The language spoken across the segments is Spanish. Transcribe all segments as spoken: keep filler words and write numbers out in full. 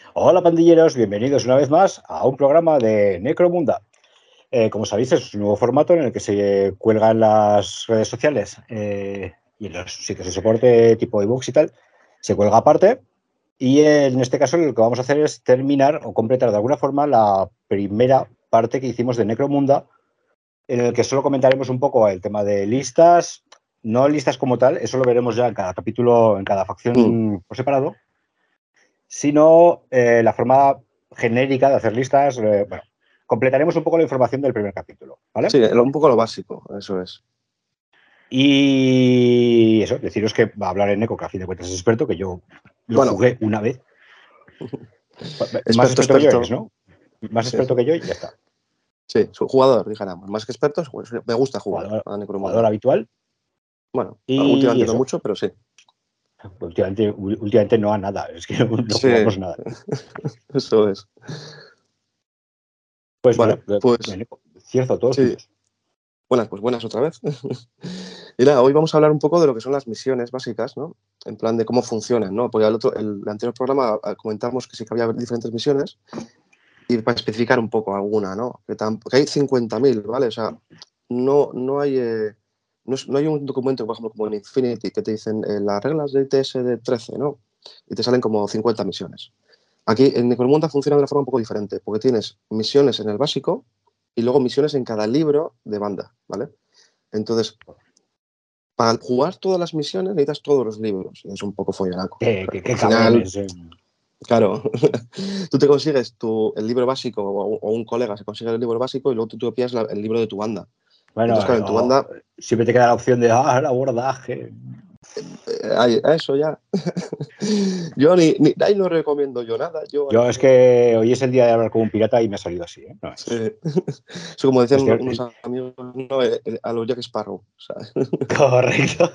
Hola pandilleros, bienvenidos una vez más a un programa de Necromunda. Eh, como sabéis, es un nuevo formato en el que se cuelgan las redes sociales eh, y en los sitios de soporte tipo iVoox y tal, se cuelga aparte. Y en este caso lo que vamos a hacer es terminar o completar de alguna forma la primera parte que hicimos de Necromunda, en el que solo comentaremos un poco el tema de listas, no listas como tal, eso lo veremos ya en cada capítulo, en cada Mm. facción por separado, sino eh, la forma genérica de hacer listas. Eh, bueno, completaremos un poco la información del primer capítulo, ¿vale? Sí, lo- un poco lo básico, eso es. Y eso, deciros que va a hablar en Eco, que a fin de cuentas es experto, que yo lo Bueno, jugué una vez. Más experto, experto que yo eres, experto. ¿no? Más Sí, experto que yo y ya está. sí, su jugador, dijéramos. Más que experto, pues, me gusta jugar Jugador, a jugador Necromunda. habitual. Bueno, Y últimamente no eso, mucho, pero sí. últimamente, últimamente no a nada, es que no, no Sí, jugamos nada. eso es. Pues Vale, vale, eh, pues Eco, cierto, todos sí. tuyos. Buenas, pues buenas otra vez. Y nada, hoy vamos a hablar un poco de lo que son las misiones básicas, ¿no? En plan de cómo funcionan, ¿no? Porque el, otro, el, el anterior programa ah, comentamos que sí que había diferentes misiones y para especificar un poco alguna, ¿no? Que, que hay cincuenta mil, ¿vale? O sea, no, no hay... Eh, no, es, no, hay un documento, por ejemplo, como en Infinity, que te dicen eh, las reglas de I T S de trece, ¿no? Y te salen como cincuenta misiones. Aquí en Necromunda funciona de una forma un poco diferente, porque tienes misiones en el básico y luego misiones en cada libro de banda, ¿vale? Entonces, para jugar todas las misiones necesitas todos los libros. Es un poco follonaco. Qué, qué, Porque qué al final, cabrones. Eh. claro, tú te consigues tu, el libro básico o, o, un colega se consigue el libro básico y luego tú te pillas la, el libro de tu banda. Bueno, Entonces, claro, en tu o, banda, siempre te queda la opción de ah, el abordaje. eh, hay, eso ya. Yo ni, ni, ahí no recomiendo yo nada. Yo ahí Yo es no. que hoy es el día de hablar con un pirata y me ha salido así, ¿eh? No Sí. es. Eso como decían Es que, unos amigos, no, eh, eh, a los Jack Sparrow. ¿Sabes? correcto.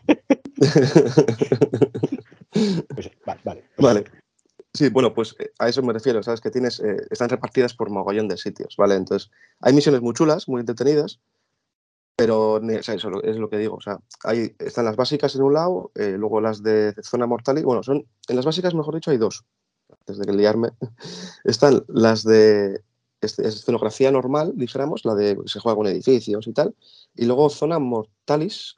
Pues, vale, vale, pues eso. Vale. Sí, bueno, pues eh, a eso me refiero, ¿sabes? Que tienes, eh, están repartidas por mogollón de sitios, ¿vale? Entonces, hay misiones muy chulas, muy entretenidas, pero o sea, eso es lo que digo, o sea, hay, están las básicas en un lado, eh, luego las de zona mortal, y bueno, son, en las básicas, mejor dicho, hay dos, antes de que liarme. Están las de este, escenografía normal, dijéramos, la de se juega con edificios y tal, y luego zona mortalis,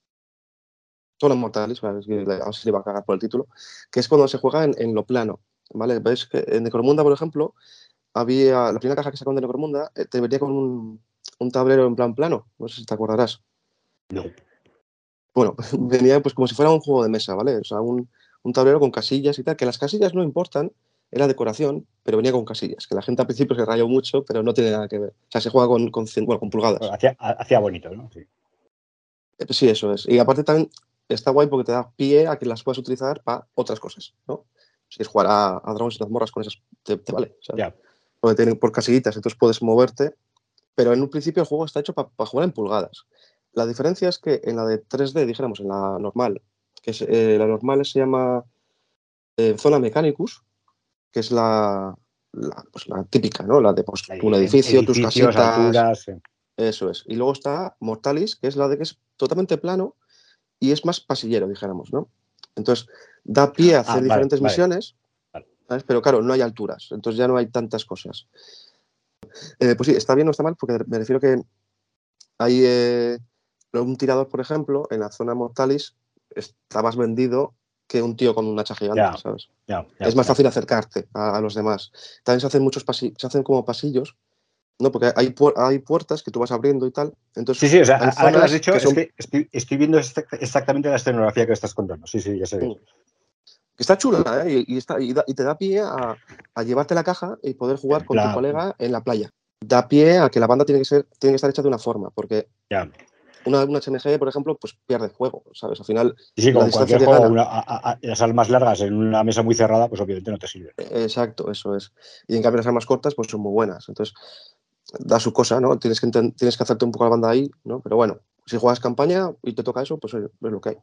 zona mortalis, a ver si le va a cagar por el título, que es cuando se juega en, en lo plano, ¿vale? Veis que en Necromunda, por ejemplo, había la primera caja que sacaron de Necromunda, eh, te venía con un, un tablero en plan plano, no sé si te acordarás. No. Bueno, venía pues como si fuera un juego de mesa, ¿vale? O sea, un, un tablero con casillas y tal, que las casillas no importan, era decoración, pero venía con casillas, que la gente al principio se rayó mucho, pero no tiene nada que ver. O sea, se juega con, con, bueno, con Bueno, pulgadas. hacía, hacía bonito, ¿no? Sí. Eh, pues sí, eso es. Y aparte también está guay porque te da pie a que las puedas utilizar para otras cosas, ¿no? Si quieres jugar a, a Dragones y Mazmorras con esas, te, te vale, ¿sabes? Ya. Porque tienen por casillitas, entonces puedes moverte, pero en un principio el juego está hecho para pa jugar en pulgadas. La diferencia es que en la de tres D, dijéramos, en la normal, que es, eh, la normal se llama eh, Zona Mechanicus, que es la, la, pues la típica, ¿no? La de pues, un Ed- edificio, tus edificios, casitas, alturas. Eh. eso es. Y luego está Mortalis, que es la de que es totalmente plano y es más pasillero, dijéramos, ¿no? Entonces, da pie a Ah, hacer vale, diferentes vale, misiones, vale. ¿sabes? Pero claro, no hay alturas, entonces ya no hay tantas cosas. Eh, pues sí, está bien o está mal, porque me refiero que hay eh, un tirador, por ejemplo, en la zona Mortalis está más vendido que un tío con un hacha gigante, Ya, ¿sabes? ya, ya, Es más ya. fácil acercarte a, a los demás. También se hacen muchos pasillos, se hacen como pasillos, ¿no? Porque hay, pu hay puertas que tú vas abriendo y tal. Sí, Entonces, sí, o sea, hay ahora que lo has zonas dicho, que es son. que estoy, estoy viendo exactamente la escenografía que estás contando. Sí, sí, ya sé. Que está chula, ¿eh? Y, y, está, y, da, y te da pie a, a llevarte la caja y poder jugar con tu La, colega en la playa. Da pie a que la banda tiene que, ser, tiene que estar hecha de una forma, porque ya. una, una H M G, por ejemplo, pues pierde fuego, ¿sabes? Al final, Sí, sí, la como distancia cualquier que juego, gana. una, a, a, las armas largas en una mesa muy cerrada, pues obviamente no te sirve. Exacto, eso es. Y en cambio las armas cortas pues son muy buenas. Entonces, da su cosa, ¿no? Tienes que, tienes que hacerte un poco la banda ahí, ¿no? Pero bueno, si juegas campaña y te toca eso, pues oye, es lo que hay.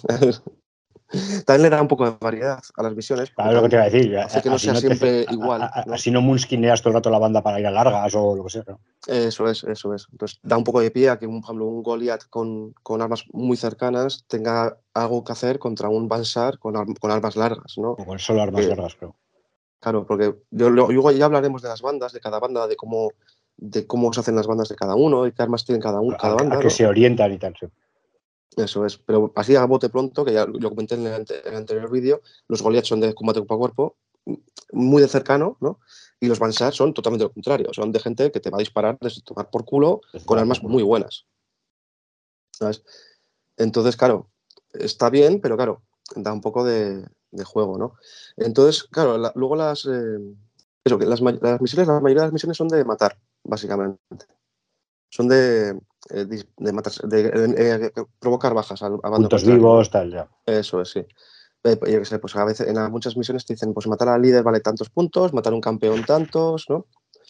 También le da un poco de variedad a las misiones, porque Claro, lo que te también iba a decir, hace que no así sea no te siempre igual, a, a, ¿no? así no moonskineas todo el rato la banda para ir a largas o lo que sea, ¿no? Eso es, eso es. Entonces, da un poco de pie a que, por ejemplo, un Goliath con, con armas muy cercanas tenga algo que hacer contra un Bansar con, ar con armas largas, ¿no? O con solo armas Que largas, creo. Claro, porque yo, luego ya hablaremos de las bandas, de cada banda, de cómo, de cómo se hacen las bandas de cada uno y qué armas tienen cada, un, A, cada a banda, que ¿no? se orientan y tal. Sí. Eso es, pero así a bote pronto, que ya lo comenté en el, ante, en el anterior vídeo, los Goliath son de combate cuerpo a cuerpo, muy de cercano, ¿no? Y los Bansar son totalmente lo contrario, son de gente que te va a disparar desde tomar por culo con armas muy buenas, ¿sabes? Entonces, claro, está bien, pero claro, da un poco de, de juego, ¿no? Entonces, claro, la, luego las, eh, eso, que las, las misiones, la mayoría de las misiones son de matar, básicamente. Son de, eh, de, matar, de eh, eh, provocar bajas al, al bando Puntos contrario, vivos, ¿no? tal, ya. Eso es, sí. Eh, yo qué sé, pues a veces en muchas misiones te dicen, pues matar al líder vale tantos puntos, matar a un campeón tantos, ¿no?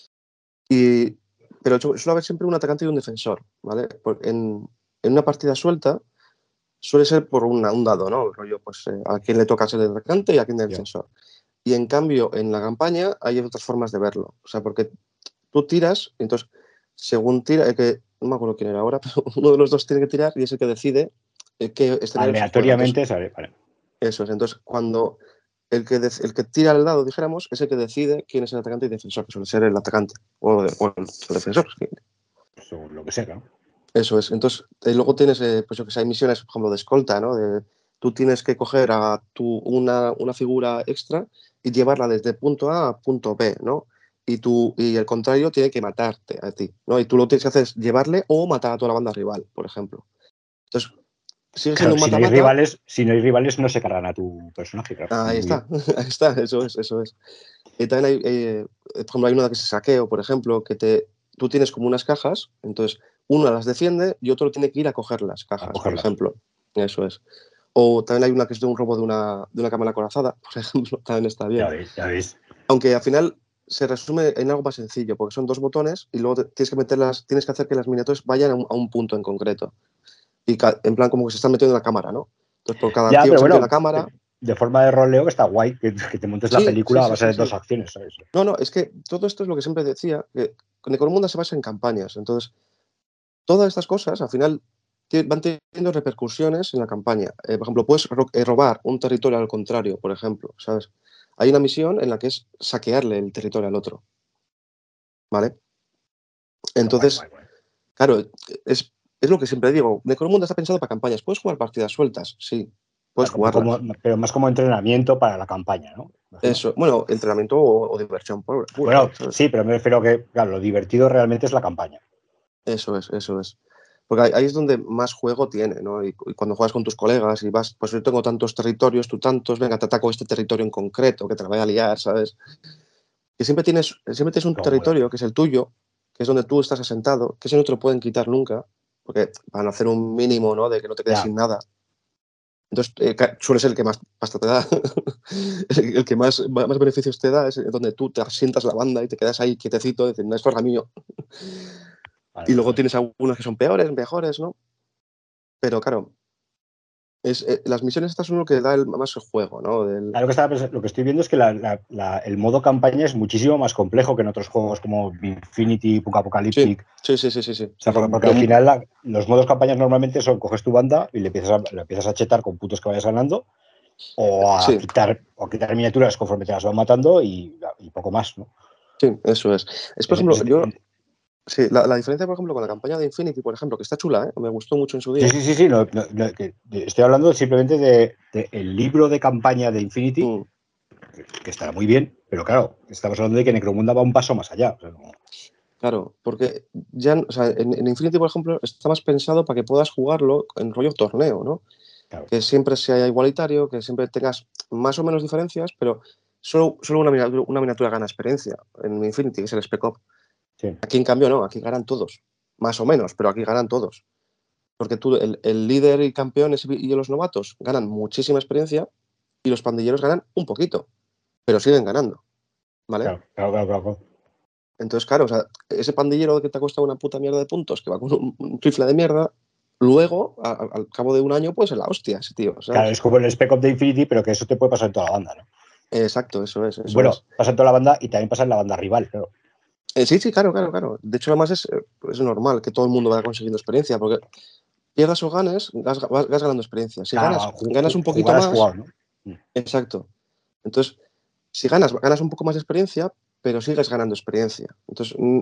Y, pero suele haber siempre un atacante y un defensor, ¿vale? En, en una partida suelta suele ser por una, un dado, ¿no? Rollo, pues eh, a quién le toca ser el atacante y a quién el defensor. Y en cambio, en la campaña hay otras formas de verlo. O sea, porque tú tiras, y entonces, según tira, eh, que no me acuerdo quién era ahora, pero uno de los dos tiene que tirar y es el que decide eh, qué escenario se juega. Aleatoriamente Entonces, sale, vale. eso es. Entonces, cuando el que, de, el que tira el dado, dijéramos, es el que decide quién es el atacante y defensor, que suele ser el atacante o, de, o el, el defensor. Según lo que sea, ¿no? Eso es. Entonces, eh, luego tienes, eh, pues yo que sé, hay misiones, por ejemplo, de escolta, ¿no? De, tú tienes que coger a tu, una, una figura extra y llevarla desde punto A a punto B, ¿no? Y, tú, y el contrario tiene que matarte a ti, ¿no? Y tú lo que tienes que hacer es llevarle o matar a toda la banda rival, por ejemplo. Entonces, sigue siendo Claro, un si no hay mata-mata. rivales, si no hay rivales, no se cargan a tu personaje, claro. Ahí Muy bien. está, ahí está, eso es, eso es. Y también hay, eh, por ejemplo, hay una que se saqueo, por ejemplo, que te, tú tienes como unas cajas, entonces uno las defiende y otro tiene que ir a coger las A cajas, por cogerlas. ejemplo. Eso es. O también hay una que es de un robo de una, de una cámara acorazada, por ejemplo, también está Ya bien. veis, ya veis. Aunque al final se resume en algo más sencillo, porque son dos botones y luego te, tienes que meterlas, tienes que hacer que las miniaturas vayan a un, a un punto en concreto. Y ca, en plan como que se están metiendo en la cámara, ¿no? Entonces por cada Ya, tío que pero se mete en la bueno, cámara. de forma de roleo que está guay, que, que te montes la Sí, sí, película a sí, base sí, de dos sí. acciones, ¿sabes? No, no, es que todo esto es lo que siempre decía, que Necromunda se basa en campañas. Entonces, todas estas cosas al final van teniendo repercusiones en la campaña. Eh, por ejemplo, puedes ro eh, robar un territorio al contrario, por ejemplo, ¿sabes? Hay una misión en la que es saquearle el territorio al otro, ¿vale? Guay, Entonces, guay, guay. claro, es, es lo que siempre digo, Necromunda está pensado para campañas. ¿Puedes jugar partidas sueltas? Sí, puedes Pero como, jugarlas. pero más como entrenamiento para la campaña, ¿no? Imagino. Eso, bueno, entrenamiento o, o diversión pura, Bueno, ¿sabes? sí, pero me refiero a que, claro, lo divertido realmente es la campaña. Eso es, eso es. Porque ahí, ahí es donde más juego tiene, ¿no? Y, y cuando juegas con tus colegas y vas, pues yo tengo tantos territorios, tú tantos, venga, te ataco este territorio en concreto, que te la voy a liar, ¿sabes? Que siempre tienes, siempre tienes un Todo mola. territorio que es el tuyo, que es donde tú estás asentado, que ese no te lo pueden quitar nunca, porque van a hacer un mínimo, ¿no? De que no te quedes Ya, sin nada. Entonces, eh, suele ser el que más pasta te da, el, el que más, más beneficios te da, es donde tú te asientas la banda y te quedas ahí quietecito, diciendo, esto es mío. vale, Y vale, luego vale. tienes algunos que son peores, mejores, ¿no? Pero claro, es, eh, las misiones estas son lo que da el, más el juego, ¿no? Del, Ah, Lo que, estaba pensando- lo que estoy viendo es que la- la- la- el modo campaña es muchísimo más complejo que en otros juegos como Infinity, Punk sí, Apocalyptic. sí, sí, sí, sí, sí. O sea, porque, porque al final la- los modos campañas normalmente son coges tu banda y le empiezas a, le empiezas a chetar con puntos que vayas ganando o a Sí, quitar, o a quitar miniaturas conforme te las van matando y, y poco más, ¿no? sí, eso es. Es, por Es- ejemplo, es- yo, sí, la, la diferencia, por ejemplo, con la campaña de Infinity, por ejemplo, que está chula, ¿eh? Me gustó mucho en su sí, día. sí, sí, sí. No, no, no, que- de- estoy hablando simplemente del de, el libro de campaña de Infinity, Mm, que estará muy bien, pero claro, estamos hablando de que Necromunda va un paso más allá. O sea, no- claro, porque ya, o sea, en, en Infinity, por ejemplo, está más pensado para que puedas jugarlo en rollo torneo, ¿no? claro, Que siempre sea igualitario, que siempre tengas más o menos diferencias, pero solo, solo una, miniatura, una miniatura gana experiencia en Infinity, que es el Spec Ops. sí. Aquí, en cambio, no, aquí ganan todos. Más o menos, pero aquí ganan todos. Porque tú, el, el líder y campeones y, y los novatos ganan muchísima experiencia y los pandilleros ganan un poquito, pero siguen ganando, ¿vale? Claro, claro, claro, claro, claro. Entonces, claro, o sea, ese pandillero que te ha costado una puta mierda de puntos, que va con un, un rifle de mierda, luego, a, a, al cabo de un año, pues es la hostia ese tío, Claro, ¿sabes? es como el Spec Ops de Infinity, pero que eso te puede pasar en toda la banda, ¿no? Exacto, eso es, eso Bueno, es. pasa en toda la banda y también pasa en la banda rival, claro. Eh, sí, sí, claro, claro, claro. De hecho, además es, eh, es normal que todo el mundo vaya consiguiendo experiencia, porque pierdas o ganes, vas, vas, vas ganando experiencia. Si ganas, Claro, ganas un poquito jugar has más, jugado, ¿no? exacto. Entonces, si ganas, ganas un poco más de experiencia, pero sigues ganando experiencia. Entonces, mm,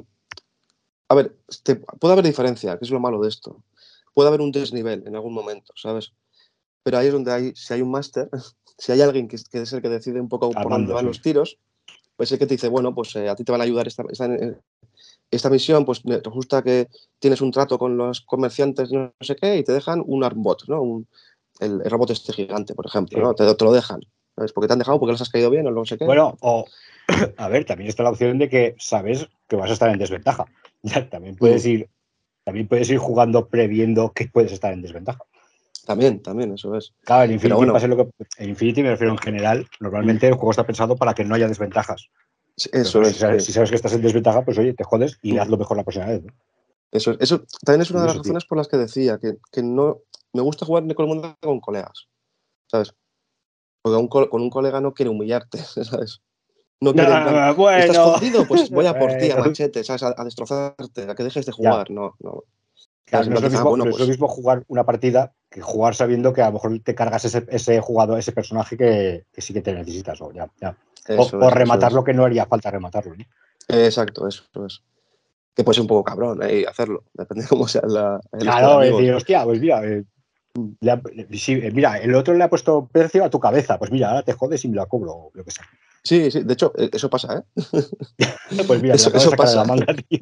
a ver, te, puede haber diferencia, que es lo malo de esto. Puede haber un desnivel en algún momento, ¿sabes? Pero ahí es donde hay, si hay un máster, si hay alguien que, que es el que decide un poco por dónde Armando, van sí. los tiros, pues el que te dice, bueno, pues eh, a ti te van a ayudar esta, esta, esta misión, pues me gusta que tienes un trato con los comerciantes, no sé qué, y te dejan un armbot, ¿no? Un, el, el robot este gigante, por ejemplo, Sí. ¿no? Te, te lo dejan, ¿sabes? Porque te han dejado, porque les has caído bien o no sé qué. Bueno, o, a ver, también está la opción de que sabes que vas a estar en desventaja. Ya, también puedes Mm. ir, también puedes ir jugando previendo que puedes estar en desventaja. También, también, eso es. Claro, el Pero Infinity bueno, pasa lo que. El Infinity me refiero en general. Normalmente el juego está pensado para que no haya desventajas. Pero eso claro, si, es, sabes, sí. si sabes que estás en desventaja, pues oye, te jodes y Mm. hazlo mejor la próxima vez, ¿no? Eso, es. Eso también es una de las Curioso, tío. razones por las que decía que, que no me gusta jugar Necromunda con colegas, ¿sabes? Porque un co con un colega no quiere humillarte, ¿sabes? No quiere en plan, Ah, ¿estás bueno, jodido? Pues voy a por ti, a bueno, machete, ¿sabes? A, a destrozarte, a que dejes de ya. jugar. No, no. Claro, ¿Sabes? En no es plan, lo dice, ah, mismo, bueno, no es lo pues mismo jugar una partida que jugar sabiendo que a lo mejor te cargas ese, ese jugador, ese personaje que, que sí que te necesitas. O, ya, ya. O, eso o es, eso rematar es. lo que no haría falta rematarlo, ¿no? Exacto, eso es. Que puede ser un poco cabrón eh, y hacerlo, depende de cómo sea la, el este de Claro, es amigos. decir, hostia, pues mira, eh, le ha- le- sí, eh, mira, el otro le ha puesto precio a tu cabeza. Pues mira, ahora te jodes y me la cobro, o lo que sea. Sí, sí, de hecho, eh, eso pasa, ¿eh? Pues mira, te la Eso, acabo de eso sacar de pasa. la manga, tío.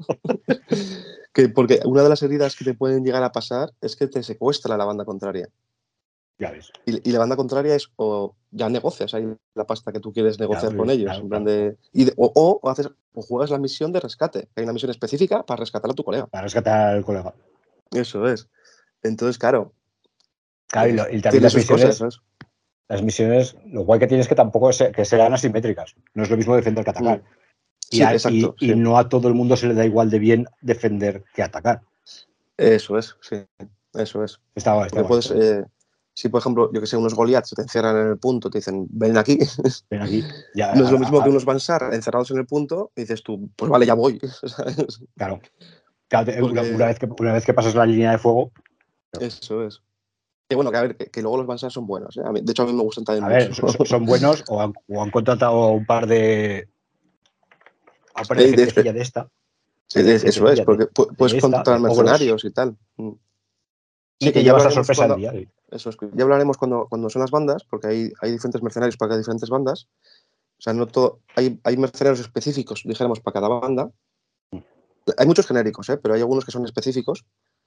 Que porque una de las heridas que te pueden llegar a pasar es que te secuestra la banda contraria. Ya ves. Y, y la banda contraria es o ya negocias ahí la pasta que tú quieres negociar Claro, con eh, ellos. claro, En plan claro. de, y de- o, o, o haces, o juegas la misión de rescate. Hay una misión específica para rescatar a tu colega. Para rescatar al colega. Eso es. Entonces, claro, Claro, y, eh, lo- y también tiene las sus cosas, misiones, ¿sabes? las misiones, lo guay que tienes es que tampoco se, que sean asimétricas. No es lo mismo defender que Mm. atacar. Y, Sí, a- y, exacto, y sí. no a todo el mundo se le da igual de bien defender que atacar. Eso es, sí. Eso es. Está guay, está Porque guay, puedes, está guay. eh, si por ejemplo, yo que sé, unos Goliaths te encierran en el punto, te dicen, ven aquí. Ven aquí. Ya, No es a- lo mismo a- que a- unos Bansar encerrados en el punto y dices tú, pues vale, ya voy. ¿Sabes? claro. Claro, te- una, una Porque vez que, una vez que pasas la línea de fuego, eso es. Que bueno, que a ver, que, que luego los Bansar son buenos. ¿eh? A mí- de hecho, a mí me gustan también a mucho. ver, so- so- son buenos o han, o han contratado un par de, a un par de Eh, de- eh, gentecilla de esta, sí, par de de- eso es, gentecilla de, porque pu- puedes de esta, contratar de ogros, mercenarios y tal. Mm. y Sí, te que ya llevas la hablaremos sorpresa del cuando. día. ¿Eh? Eso es, que ya hablaremos cuando, cuando son las bandas, porque hay, hay diferentes mercenarios para cada diferentes bandas. O sea, no todo. Hay, hay mercenarios específicos, dijéramos, para cada banda. Hay muchos genéricos, ¿eh? Pero hay algunos que son específicos.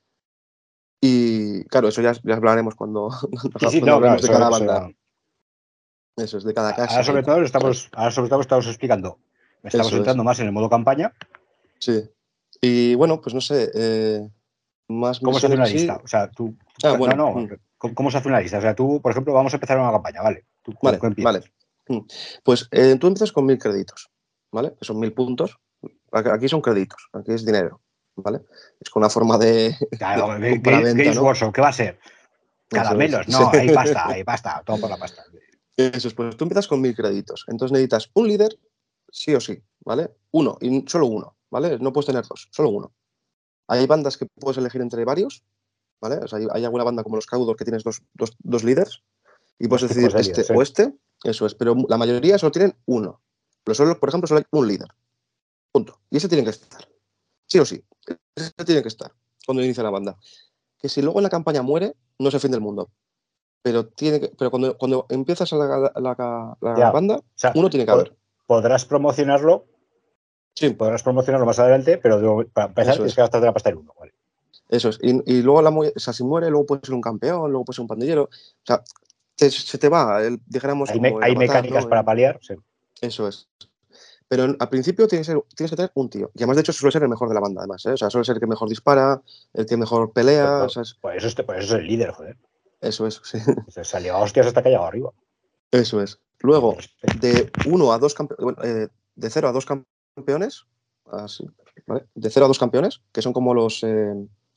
Y claro, eso ya, ya hablaremos cuando, Sí, sí, cuando no, claro, hablemos de eso, cada eso banda. ya. Eso es, de cada Ahora casa y sobre tal. todo ¿Sabes? estamos, ahora sobre todo estamos explicando, estamos Eso es, entrando más en el modo campaña. sí. Y bueno, pues no sé, eh, más ¿Cómo se hace misiones una así. lista? O sea, tú, Ah, no, bueno, no, mm, ¿cómo, cómo se hace una lista? O sea, tú, por ejemplo, vamos a empezar una campaña, ¿vale? ¿Tú con vale, qué vale. empiezas? Mm. Pues eh, tú empiezas con mil créditos, ¿vale? Que son mil puntos. Aquí aquí son créditos, aquí es dinero, ¿vale? Es con una forma de, de Claro, Ga- Ga- compra-venta, Games ¿no? Workshop, ¿qué va a ser? Eso es. Caramelos, Sí. no, hay pasta, hay pasta, todo por la pasta. Eso es, pues tú empiezas con mil créditos. Entonces necesitas un líder, sí o sí, ¿vale? Uno, y solo uno, ¿vale? No puedes tener dos, solo uno. Hay bandas que puedes elegir entre varios, ¿vale? O sea, hay, hay alguna banda como los Cawdor que tienes dos, dos, dos líderes y Dos puedes tipos decidir de este líderes, o ¿eh? este, eso es, pero la mayoría solo tienen uno. Pero solo, por ejemplo, solo hay un líder, punto. Y ese tiene que estar, sí o sí, ese tiene que estar cuando inicia la banda. Que si luego en la campaña muere, no es el fin del mundo. Pero, tiene que, pero cuando, cuando empiezas la, la, la, la Ya. O banda, sea, uno tiene que po- haber. podrás promocionarlo, Sí, podrás promocionarlo más adelante, pero de- para empezar eso tienes que es. gastarte la pasta en uno, ¿vale? Eso es. Y, y luego la, mu- o sea, si muere, luego puede ser un campeón, luego puede ser un pandillero. O sea, te- se te va, el, dijéramos, Hay, me- como el hay avatar, mecánicas ¿no? para El- paliar, sí. eso es. Pero en- al principio tienes que, ser- tienes que tener un tío. Y además, de hecho, suele ser el mejor de la banda, además. ¿eh? O sea, suele ser el que mejor dispara, el que mejor Pues, pelea. O pues- sea, es- pues eso, es, pues eso es el líder, joder. eso es, sí. Se se ha llegado a hostias hasta que ha llegado arriba. Eso es. Con Luego, respeto. de uno a dos campeones, bueno, eh, de cero a dos campeones, así, ¿vale? De cero a dos campeones, que son como los, eh,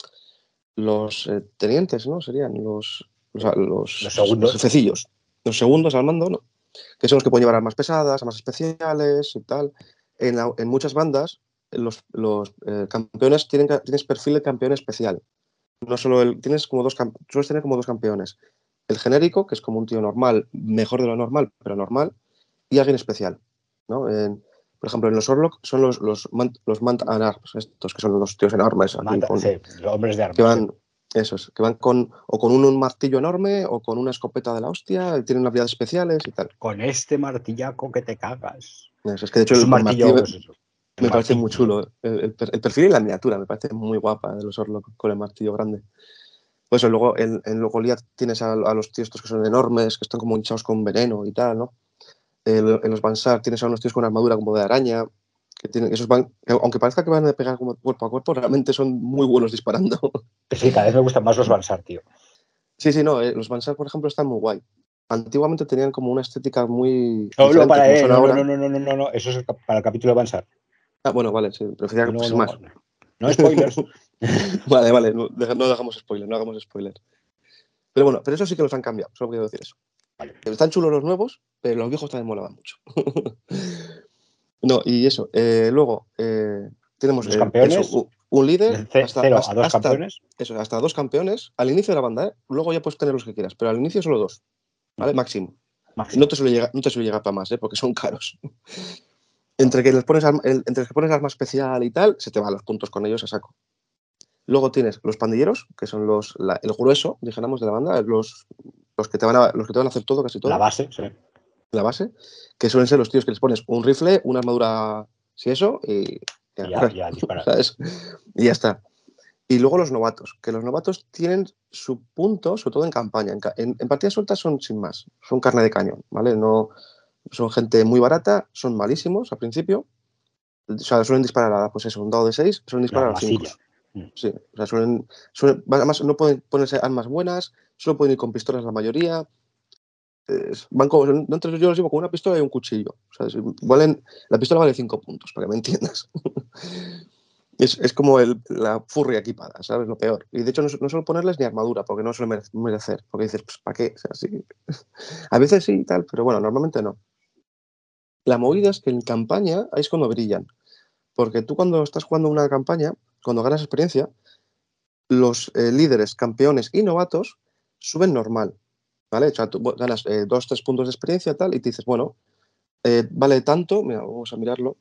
los eh, tenientes, ¿no? Serían los, los, Los los, los segundos, jefecillos, los segundos al mando, ¿no? Que son los que pueden llevar armas pesadas, armas especiales y tal. En, la- en muchas bandas, los, los eh, campeones tienen, que- tienes perfil de campeón especial. No solo el, tienes como dos, cam- sueles tener como dos campeones. El genérico, que es como un tío normal, mejor de lo normal, pero normal, y alguien especial. ¿no? En, por ejemplo, en los Orlok son los, los, mant, los Mant Arms, estos que son los tíos enormes. Aquí, Manta, con, sí, los hombres de que armas. van, sí. Esos, que van con, o con un, un martillo enorme o con una escopeta de la hostia, y tienen habilidades especiales y tal. Con este martillaco que te cagas. Eso, es que de hecho Es el, un el martillo martillo, me, pues eso, el me parece martillo. muy chulo. El, el, el, perfil y la miniatura me parece muy guapa de los Orlok con el martillo grande. Pues eso, luego en, en Goliath tienes a, a los tíos estos que son enormes, que están como hinchados con veneno y tal, ¿no? El, en los Bansar tienes a unos tíos con armadura como de araña, que tienen, esos van, aunque parezca que van a pegar como cuerpo a cuerpo, realmente son muy buenos disparando. Sí, cada vez me gustan más los Bansar, tío. Sí, sí, no, eh, los Bansar, por ejemplo, están muy guay. Antiguamente tenían como una estética muy No, no, diferente, para, como eh, son no, no, ahora. no, no, no, no, no, eso es el, para el capítulo de Bansar. Ah, bueno, vale, sí, prefería No, pues, no, más. no, no spoilers. Vale, vale, no, no hagamos spoiler, no hagamos spoiler. Pero bueno, pero eso sí que los han cambiado, solo quiero decir eso. Vale. Están chulos los nuevos, pero los viejos también molaban mucho. No, y eso, eh, luego eh, tenemos Dos eh, eso, campeones, un, un líder de hasta, cero a hasta, dos hasta, campeones. eso, hasta dos campeones al inicio de la banda, ¿eh? Luego ya puedes tener los que quieras, pero al inicio solo dos, ¿vale? Máximo. No Máximo. te suele llegar, no te suele llegar para más, ¿eh? Porque son caros. Entre que les pones arma, el, entre que pones arma especial y tal, se te van los puntos con ellos a saco. Luego tienes los pandilleros, que son los, la, el grueso, dijéramos, de la banda, los, los, que te van a, los que te van a hacer todo, casi todo. La base, sí. La base, que suelen ser los tíos que les pones un rifle, una armadura, si eso, y, y a Ya, correr, ya disparar. ¿sabes? Y ya está. Y luego los novatos, que los novatos tienen su punto, sobre todo en campaña. En, en, en partidas sueltas son sin más, son carne de cañón, ¿vale? No, son gente muy barata, son malísimos al principio. O sea, suelen disparar a, pues eso, un dado de seis, suelen La disparar a cinco. masilla. Sí, o sea, suelen, suelen, además no pueden ponerse armas buenas, solo pueden ir con pistolas la mayoría. Eh, van como, yo los llevo con una pistola y un cuchillo. O sea, valen, la pistola vale cinco puntos, para que me entiendas. Es, es, como el, la furria equipada, ¿sabes? Lo peor. Y de hecho no, no suelo ponerles ni armadura, porque no suele merecer. Porque dices, pues, ¿para qué? O sea, sí. A veces sí y tal, pero bueno, normalmente no. La movida es que en campaña ahí es cuando brillan. Porque tú cuando estás jugando una campaña, cuando ganas experiencia, los eh, líderes, campeones y novatos suben normal. ¿Vale? O sea, tú ganas eh, dos, tres puntos de experiencia tal, y te dices, bueno, eh, vale tanto, mira, vamos a mirarlo.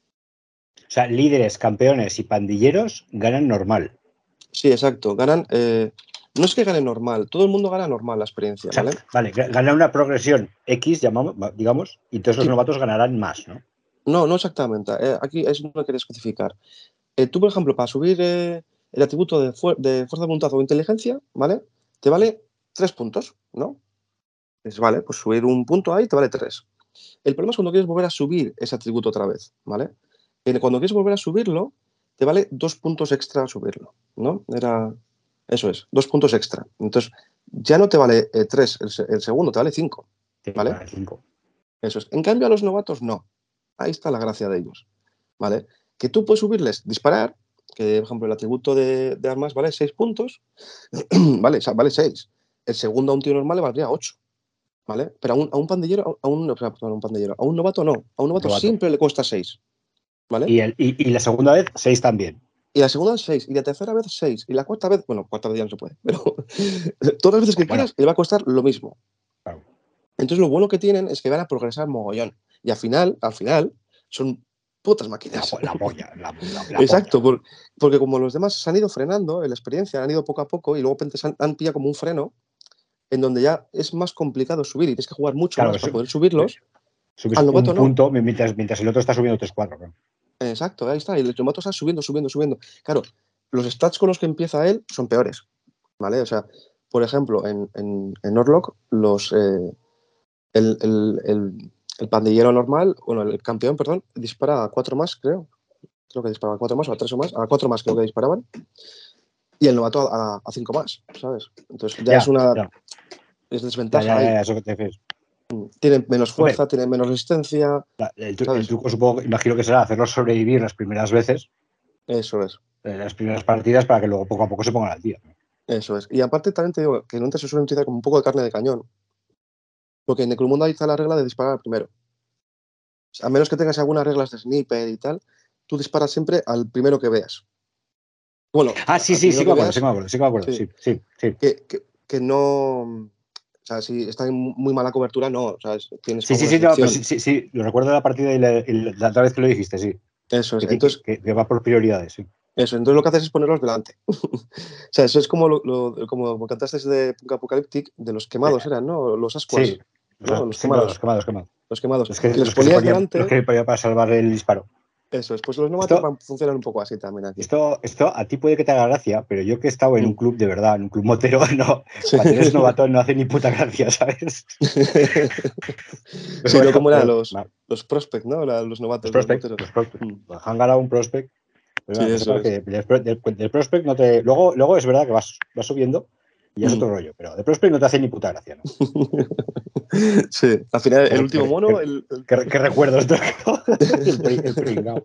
O sea, líderes, campeones y pandilleros ganan normal. Sí, exacto. Ganan. Eh, no es que ganen normal, todo el mundo gana normal la experiencia, O sea, ¿vale? vale, ganan una progresión X, llamamos, digamos, y todos los Sí, novatos ganarán más, ¿no? no, no exactamente. Eh, aquí es lo que quería especificar. Eh, tú, por ejemplo, para subir eh, el atributo de, fu de fuerza de voluntad o inteligencia, ¿vale? Te vale tres puntos, ¿no? Es, vale, pues subir un punto ahí te vale tres. El problema es cuando quieres volver a subir ese atributo otra vez, ¿vale? Cuando quieres volver a subirlo, te vale dos puntos extra subirlo, ¿no? Era. Eso es, dos puntos extra. Entonces, ya no te vale eh, tres el, el, segundo, te vale cinco, ¿vale? cinco. Eso es. En cambio, a los novatos no. Ahí está la gracia de ellos, ¿vale? Que tú puedes subirles disparar, que por ejemplo el atributo de, de armas vale seis puntos, ¿vale? O sea, vale seis. El segundo a un tío normal le valdría ocho, ¿vale? Pero a un, a un pandillero, a un, o sea, perdón, a un pandillero, a un novato no. A un novato, Novato. siempre le cuesta seis, ¿vale? Y, el, y, y la segunda vez, seis también. Y la segunda seis, y la tercera vez seis, y la cuarta vez, bueno, cuarta vez ya no se puede, pero todas las veces que Bueno, quieras le va a costar lo mismo. claro. Entonces lo bueno que tienen es que van a progresar mogollón. Y al final, al final, son putas máquinas. La, la polla, la, la, la Exacto, polla. por, porque como los demás se han ido frenando en la experiencia, han ido poco a poco y luego se han, han pillado como un freno, en donde ya es más complicado subir y tienes que jugar mucho Claro, más para sub, poder subirlos. subes Al un novato no. punto mientras, mientras el otro está subiendo tres cuatro. ¿No? Exacto, ahí está. Y el novato está subiendo, subiendo, subiendo. Claro, los stats con los que empieza él son peores, ¿vale? O sea, por ejemplo, en, en, en Orlok, los, eh, el, el, el, el pandillero normal, bueno, el campeón, perdón, dispara a cuatro más, creo. Creo que disparaba a cuatro más o a tres o más. A cuatro más creo que disparaban. Y el novato a, a cinco más, ¿sabes? Entonces ya, ya es una ya. es Ya, desventaja ya, ya, ahí. Eso que te refieres. Tienen menos fuerza, Hombre, tienen menos resistencia. la, el, el, ¿Sabes? truco supongo, imagino que será hacerlos sobrevivir las primeras veces, Eso es. eh, las primeras partidas, para que luego poco a poco se pongan al día. ¿No? Eso es. Y aparte también te digo que no te se suelen utilizar como un poco de carne de cañón. Porque en Necromunda está la regla de disparar primero. O sea, a menos que tengas algunas reglas de sniper y tal, tú disparas siempre al primero que veas. Bueno, Ah, sí, al sí, sí primero que me que acuerdo, sí veas, que me acuerdo, sí que me acuerdo, sí, sí, sí, sí. que, que, que no. O sea, si está en muy mala cobertura, no. O sea, tienes Sí, como sí, una sí, no, sección. pues sí, sí, sí, lo recuerdo de la partida y la, y la otra vez que lo dijiste, sí. Eso es. Que, Entonces, que, que va por prioridades, sí. Eso, entonces lo que haces es ponerlos delante. O sea, eso es como lo, lo como me cantaste de Punk Apocalyptic, de los quemados eran, ¿no? Los Sí, ascuas, ¿no? los, Los sí, no, los quemados. quemados, quemados. Los quemados. Los que, Que los los que se ponías ponían, los delante. que ponía para salvar el disparo. Eso es. Pues los novatos Esto, van, funcionan un poco así también aquí. esto, esto a ti puede que te haga gracia, pero yo que he estado en un Mm. club de verdad, en un club motero, no, Sí. cuando eres novato no hace ni puta gracia, ¿sabes? Pero Sí, no bueno, como eran pero, los, no, los prospect, ¿no? La- Los los novatos, los prospect, moteros. los prospect. Mm. Han ganado un prospect. Pero Sí, bueno, que eso sepas es. que del, pro- del- del prospect no te. Luego, luego es verdad que vas, vas subiendo y ya es Mm. otro rollo, pero de prospect no te hace ni puta gracia, ¿no? Sí, al final Qué, el re- último qué- mono, qué- el, el- qué- qué recuerdos tengo. el, pri- el pringao.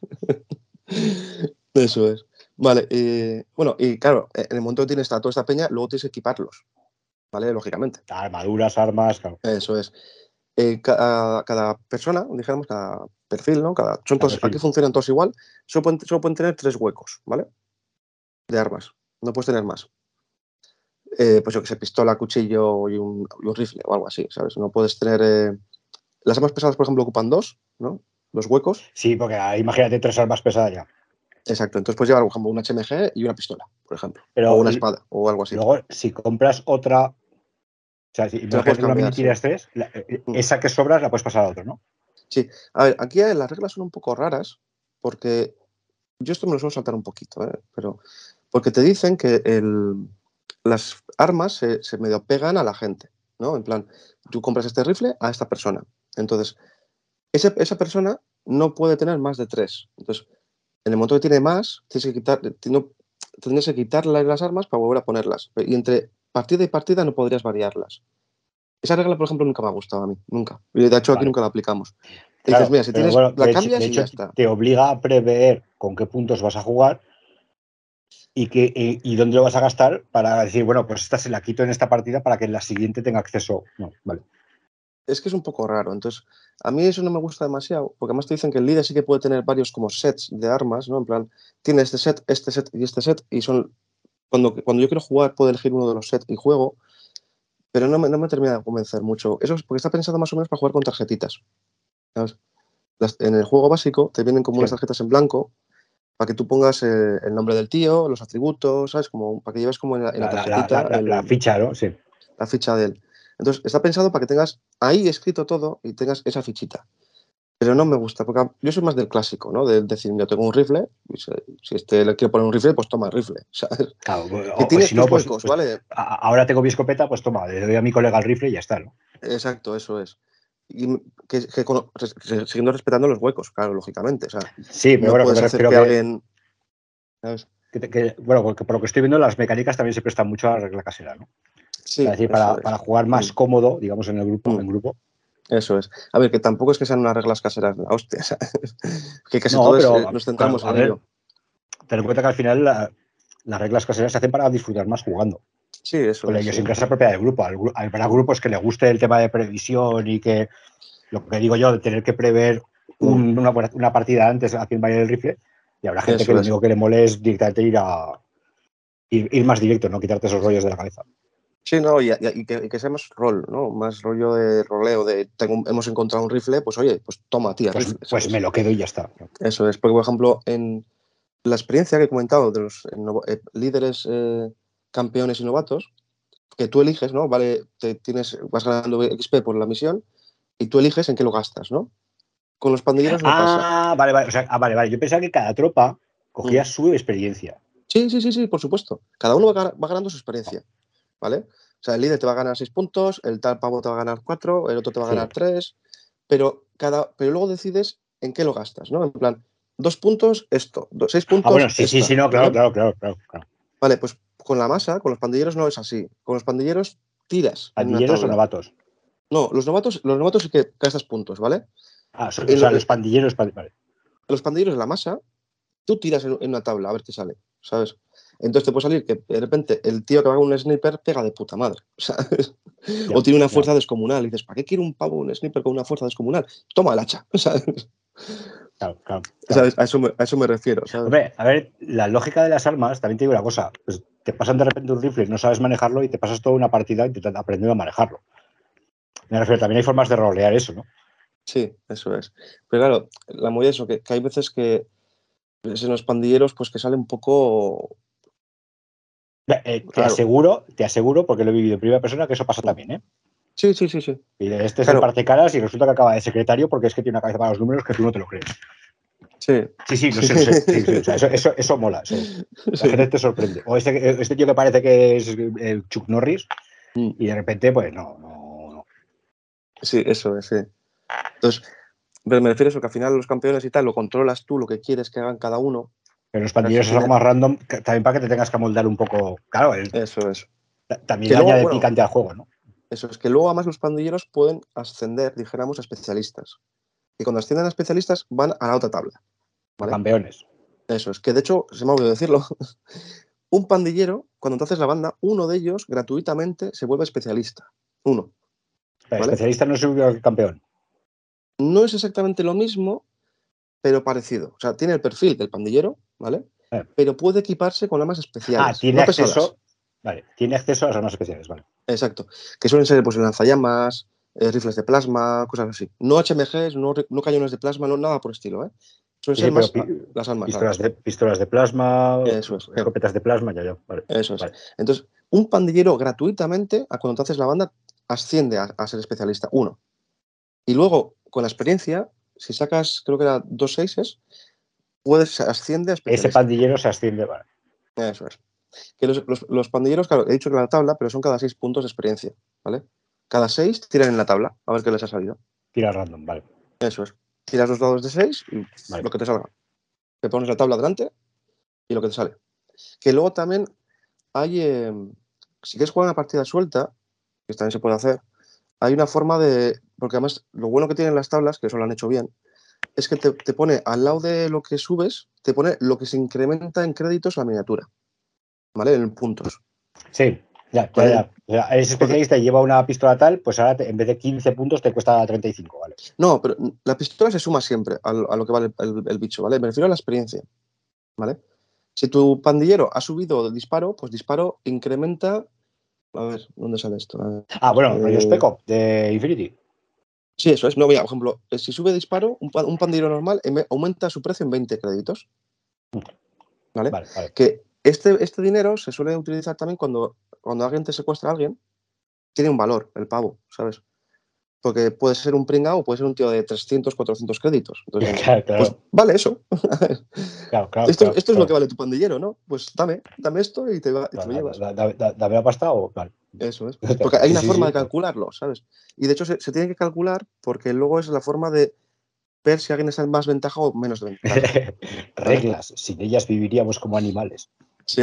Eso es. Vale, eh, bueno, y claro, en el momento que tienes toda esta peña, luego tienes que equiparlos, ¿vale? Lógicamente. Armaduras, armas, claro. Eso es. Eh, cada, cada persona, dijéramos, cada perfil, ¿no? Cada, son A todos, aquí perfil. funcionan todos igual, solo pueden, solo pueden tener tres huecos, ¿vale? De armas. No puedes tener más. Eh, pues yo que sé, pistola, cuchillo y un, y un rifle o algo así, ¿sabes? No puedes tener. Eh... Las armas pesadas, por ejemplo, ocupan dos, ¿no? Los huecos. Sí, porque ah, imagínate tres armas pesadas ya. Exacto. Entonces puedes llevar, por ejemplo, un H M G y una pistola, por ejemplo. O Pero una l- espada o algo así. luego, si compras otra. O sea, si, Te la puedes imagínate una mini cambiar, sí. tiras tres, la- eh, Mm. esa que sobra la puedes pasar a otro, ¿no? Sí. A ver, aquí eh, las reglas son un poco raras porque yo esto me lo suelo saltar un poquito, ¿eh? Pero porque te dicen que el, las armas se, se medio pegan a la gente, ¿no? En plan, tú compras este rifle a esta persona. Entonces, ese- esa persona no puede tener más de tres. Entonces, en el momento que tiene más, tienes que quitar, no, tendrías que quitarle las armas para volver a ponerlas. Y entre partida y partida no podrías variarlas. Esa regla, por ejemplo, nunca me ha gustado a mí, nunca. Y de hecho, aquí Vale. nunca la aplicamos. Y dices, Claro, mira, si pero tienes, bueno, la de hecho, de cambias y ya hecho está. te obliga a prever con qué puntos vas a jugar y, que, y, y dónde lo vas a gastar para decir, bueno, pues esta se la quito en esta partida para que en la siguiente tenga acceso. No, vale. Es que es un poco raro. Entonces, a mí eso no me gusta demasiado, porque además te dicen que el líder sí que puede tener varios como sets de armas, ¿no? En plan, tiene este set, este set y este set, y son. Cuando, cuando yo quiero jugar, puedo elegir uno de los sets y juego, pero no me, no me termina de convencer mucho. Eso es porque está pensado más o menos para jugar con tarjetitas, ¿sabes? Las- en el juego básico te vienen como unas Sí. tarjetas en blanco para que tú pongas eh, el nombre del tío, los atributos, ¿sabes? Como, para que lleves como en la, en la La, la, la, tarjetita la, la el, ficha, ¿no? Sí. la ficha de él. Entonces, está pensado para que tengas ahí escrito todo y tengas esa fichita. Pero no me gusta, porque yo soy más del clásico, ¿no? De decir, yo tengo un rifle, y si, si este le quiero poner un rifle, pues toma el rifle, ¿sabes? Claro, Que o, o tienes si no, tus pues, huecos, pues ¿vale? a- ahora tengo mi escopeta, pues toma, le doy a mi colega el rifle y ya está, ¿no? Exacto, eso es. Y que, que con- res- siguiendo respetando los huecos, claro, lógicamente. O sea, Sí, pero no bueno, que me puedes hacer refiero que que, alguien. ¿Sabes? que, que- bueno, porque por lo que estoy viendo, las mecánicas también se prestan mucho a la regla casera, ¿no? O sea, Sí, es decir, eso para, es. para jugar Mm, más cómodo, digamos, en el grupo, mm, en grupo. eso es. A ver, que tampoco es que sean unas reglas caseras de la hostia, ¿sabes? Que casi No, todos eh, pero nos claro, centramos a en ver, ello. ten en cuenta que al final la- las reglas caseras se hacen para disfrutar más jugando. Sí, eso Con la es, sí. idiosincrasia propia del grupo. Al gru- Habrá grupos que le guste el tema de previsión y que, lo que digo yo, de tener que prever Mm, un- una, una partida antes a quien vaya el rifle, y habrá gente que eso lo es. único que le mole es directamente ir a ir, ir más directo, no quitarte esos rollos de la cabeza. Sí, no, y, y- y que, y que sea más rol, ¿no? Más rollo de roleo, de tengo, hemos encontrado un rifle, pues oye, pues toma, tía, Pues, rifle, pues me ¿sabes? lo quedo y ya está. Eso es, porque por ejemplo, en la experiencia que he comentado de los eh, novo- eh, líderes, eh, campeones y novatos, que tú eliges, ¿no? Vale, te tienes, vas ganando X P por la misión y tú eliges en qué lo gastas, ¿no? Con los pandilleros no pasa. Ah, vale, vale. O sea, ah, vale, vale. Yo pensaba que cada tropa Mm. cogía su experiencia. Sí, sí, sí, sí, por supuesto. Cada uno va, ga- va ganando su experiencia, ¿vale? O sea, el líder te va a ganar seis puntos, el tal pavo te va a ganar cuatro, el otro te va a Sí. ganar tres, pero, cada, pero luego decides en qué lo gastas, ¿no? En plan, dos puntos, esto, do- seis Ah, bueno, puntos, sí, sí, sí, esta, no, claro, ¿vale? claro, claro, claro, claro. Vale, pues con la masa, con los pandilleros no es así. Con los pandilleros tiras en una ¿Pandilleros o tabla. novatos? No, los novatos, los novatos sí que gastas puntos, ¿vale? Ah, so- o En, lo- sea, en los pandilleros. pand- Vale. los pandilleros de la masa, tú tiras en, en una tabla a ver qué sale, ¿sabes? Entonces te puede salir que de repente el tío que va con un sniper pega de puta madre, ¿sabes? O Ya, tiene una ya. fuerza descomunal. Y dices, ¿para qué quiere un pavo un sniper con una fuerza descomunal? Toma el hacha, ¿sabes? Claro, claro, claro. ¿Sabes? A eso me, a eso me refiero, ¿sabes? Hombre, a ver, la lógica de las armas, también te digo una cosa, pues te pasan de repente un rifle y no sabes manejarlo y te pasas toda una partida intentando aprender a manejarlo. Me refiero, también hay formas de rolear eso, ¿no? Sí, eso es. Pero claro, la movida es eso, que, que hay veces que en los pandilleros, pues que sale un poco. Eh, te Claro. aseguro, te aseguro, porque lo he vivido en primera persona, que eso pasa también, ¿eh? Sí, sí, sí, sí. Y este es el Claro, parte caras y resulta que acaba de secretario porque es que tiene una cabeza para los números que tú no te lo crees. sí. Sí, sí, lo sé, lo sé. Sí, sí, o sea, eso, eso, eso mola. Eso. La Sí. gente te sorprende. O este, este tío que parece que es el Chuck Norris Mm. y de repente, pues no, no, no. Sí, eso es, sí. Entonces, pero me refiero a eso, que al final los campeones y tal lo controlas tú, lo que quieres que hagan cada uno. Pero los ¿Sabes? pandilleros Y es algo tiene- más random, que- también para que te tengas que amoldar un poco. Claro, el- Eso es. también Que le luego, añade bueno, picante al juego, ¿no? eso es que luego además los pandilleros pueden ascender, dijéramos, a especialistas. Y cuando ascienden a especialistas van a la otra tabla, A ¿vale? campeones. Eso es. Que de hecho, se me ha olvidado decirlo, un pandillero, cuando tú haces la banda, uno de ellos gratuitamente se vuelve especialista. Uno, Pero ¿vale? especialista no es el campeón. No es exactamente lo mismo, pero parecido. O sea, tiene el perfil del pandillero, ¿vale? Eh. Pero puede equiparse con armas Ah, especiales, tiene no pesadas. acceso. Vale, tiene acceso a las armas especiales, vale. Exacto. Que suelen ser pues, lanzallamas, eh, rifles de plasma, cosas así. No H M Gs, no, no cañones de plasma, no nada por estilo, ¿eh? Suelen Sí, ser sí, pero más pi ah, las armas, pistolas ¿sabes? de, pistolas de plasma, Eso es. eh, escopetas de plasma, ya, ya. Vale, Eso es. vale. Entonces, un pandillero gratuitamente, a cuando te haces la banda, asciende a, a ser especialista. Uno. Y luego, con la experiencia, si sacas, creo que era dos seises, puedes asciende a Ese especialista. pandillero se asciende, vale. Eso es. Que los, los, los pandilleros, claro, he dicho que la tabla, pero son cada seis puntos de experiencia, ¿vale? Cada seis tiran en la tabla, a ver qué les ha salido. Tira random, vale. Eso es. Tiras los dados de seis y Vale. lo que te salga. Te pones la tabla delante y lo que te sale. Que luego también hay, eh, si quieres jugar una partida suelta, que también se puede hacer, hay una forma de, porque además lo bueno que tienen las tablas, que eso lo han hecho bien, es que te, te pone al lado de lo que subes, te pone lo que se incrementa en créditos la miniatura, ¿vale? En puntos. Sí, ya, ya, ¿Vale? ya. O sea, eres Porque, especialista y lleva una pistola tal, pues ahora te- en vez de quince puntos te cuesta treinta y cinco, vale. no, pero la pistola se suma siempre a lo, a lo que vale el, el bicho, ¿vale? Me refiero a la experiencia, ¿vale? Si tu pandillero ha subido el disparo, pues disparo incrementa. A ver, ¿dónde sale esto? A ver, Ah, bueno, rollo eh, Spec Ops de Infinity. sí, eso es. No, mira, por ejemplo, eh, si sube disparo, un, pa- un pandillero normal em- aumenta su precio en veinte créditos, ¿vale? Vale, vale. Que este, este dinero se suele utilizar también cuando, cuando alguien te secuestra a alguien, tiene un valor, el pavo, ¿sabes? Porque puede ser un pringao o puede ser un tío de trescientos, cuatrocientos créditos. Entonces, Claro, pues claro, vale eso. claro, claro, Esto, claro, esto es lo que claro. vale tu pandillero, ¿no? Pues dame, dame esto y te, va- y Da- te lo da- llevas. da- da- da- Dame la pasta o. Vale. Eso es. Porque hay Sí, una sí, forma sí. de calcularlo, ¿sabes? Y de hecho se, se tiene que calcular porque luego es la forma de ver si alguien está en más ventaja o menos de ventaja, ¿vale? Reglas, sin ellas viviríamos como animales. Sí.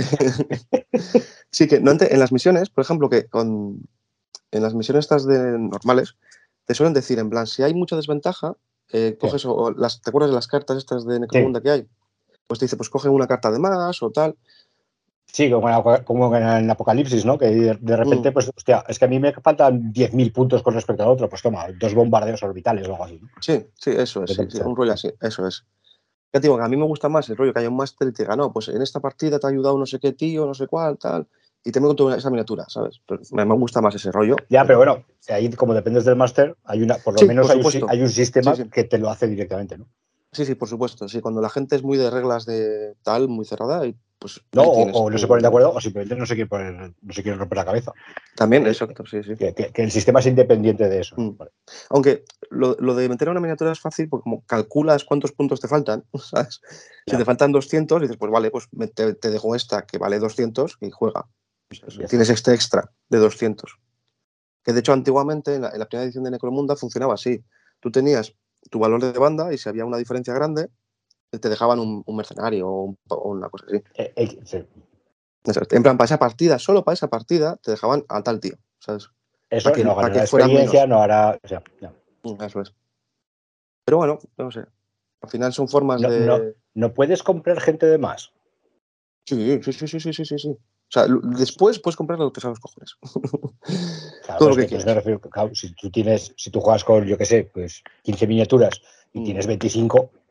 Sí, que no ante- en las misiones, por ejemplo, que con, en las misiones estas de normales, te suelen decir, en plan, si hay mucha desventaja, eh, Sí, coges, o, o las, ¿te acuerdas de las cartas estas de sí, Necromunda que hay? Pues te dice, pues coge una carta de más o tal. sí, como, en- como en el Apocalipsis, ¿no? Que de, de Mm, repente, pues, hostia, es que a mí me faltan diez mil puntos con respecto al otro. Pues toma, dos bombardeos orbitales o algo así, ¿no? sí, sí, eso es, sí, sí, un rollo así, eso es. Ya te digo que a mí me gusta más el rollo que haya un máster y te diga, no, pues en esta partida te ha ayudado no sé qué tío, no sé cuál, tal, y te meto toda esa miniatura, ¿sabes? Pero me, me gusta más ese rollo, Ya, pero pero bueno, ahí como dependes del máster, hay una, por lo sí, menos por hay un, si- supuesto. hay un Sí, sistema sí. que te lo hace directamente, ¿no? Sí, sí, por supuesto. Sí, cuando la gente es muy de reglas de tal, muy cerrada, y pues No, ahí o, tienes o no se ponen de tu. acuerdo, o simplemente no se quieren, poner- no se quieren romper la cabeza. También, Eh, exacto, sí, sí. que, que- que el sistema es independiente de eso, Mm. ¿no? Vale. Aunque lo, lo de meter una miniatura es fácil porque como calculas cuántos puntos te faltan, ¿sabes? Si te Ya, faltan doscientos, dices, pues vale, pues me- te, te dejo esta que vale doscientos y juega. ¿Sabes? ya está. Tienes este extra de doscientos. Que de hecho antiguamente, en la, en la primera edición de Necromunda, funcionaba así. Tú tenías tu valor de banda y si había una diferencia grande, te dejaban un, un mercenario o, un- o una cosa así. Eh, eh, sí. Exacto. En plan, para esa partida, solo para esa partida, te dejaban a tal tío, ¿sabes? Para Eso que, no para que ganará fuera experiencia, menos. no hará. O sea, no. Eso es. Pero bueno, no sé. Al final son formas No, no, de. no puedes comprar gente de más. Sí, sí, sí, sí, sí, sí, sí, sí. O sea, l- después puedes comprar lo que sea los cojones. Claro, Todo pero lo es que que entonces me quieras. refiero, claro, si tú tienes, si tú juegas con, yo qué sé, pues quince miniaturas y Mm, tienes veinticinco,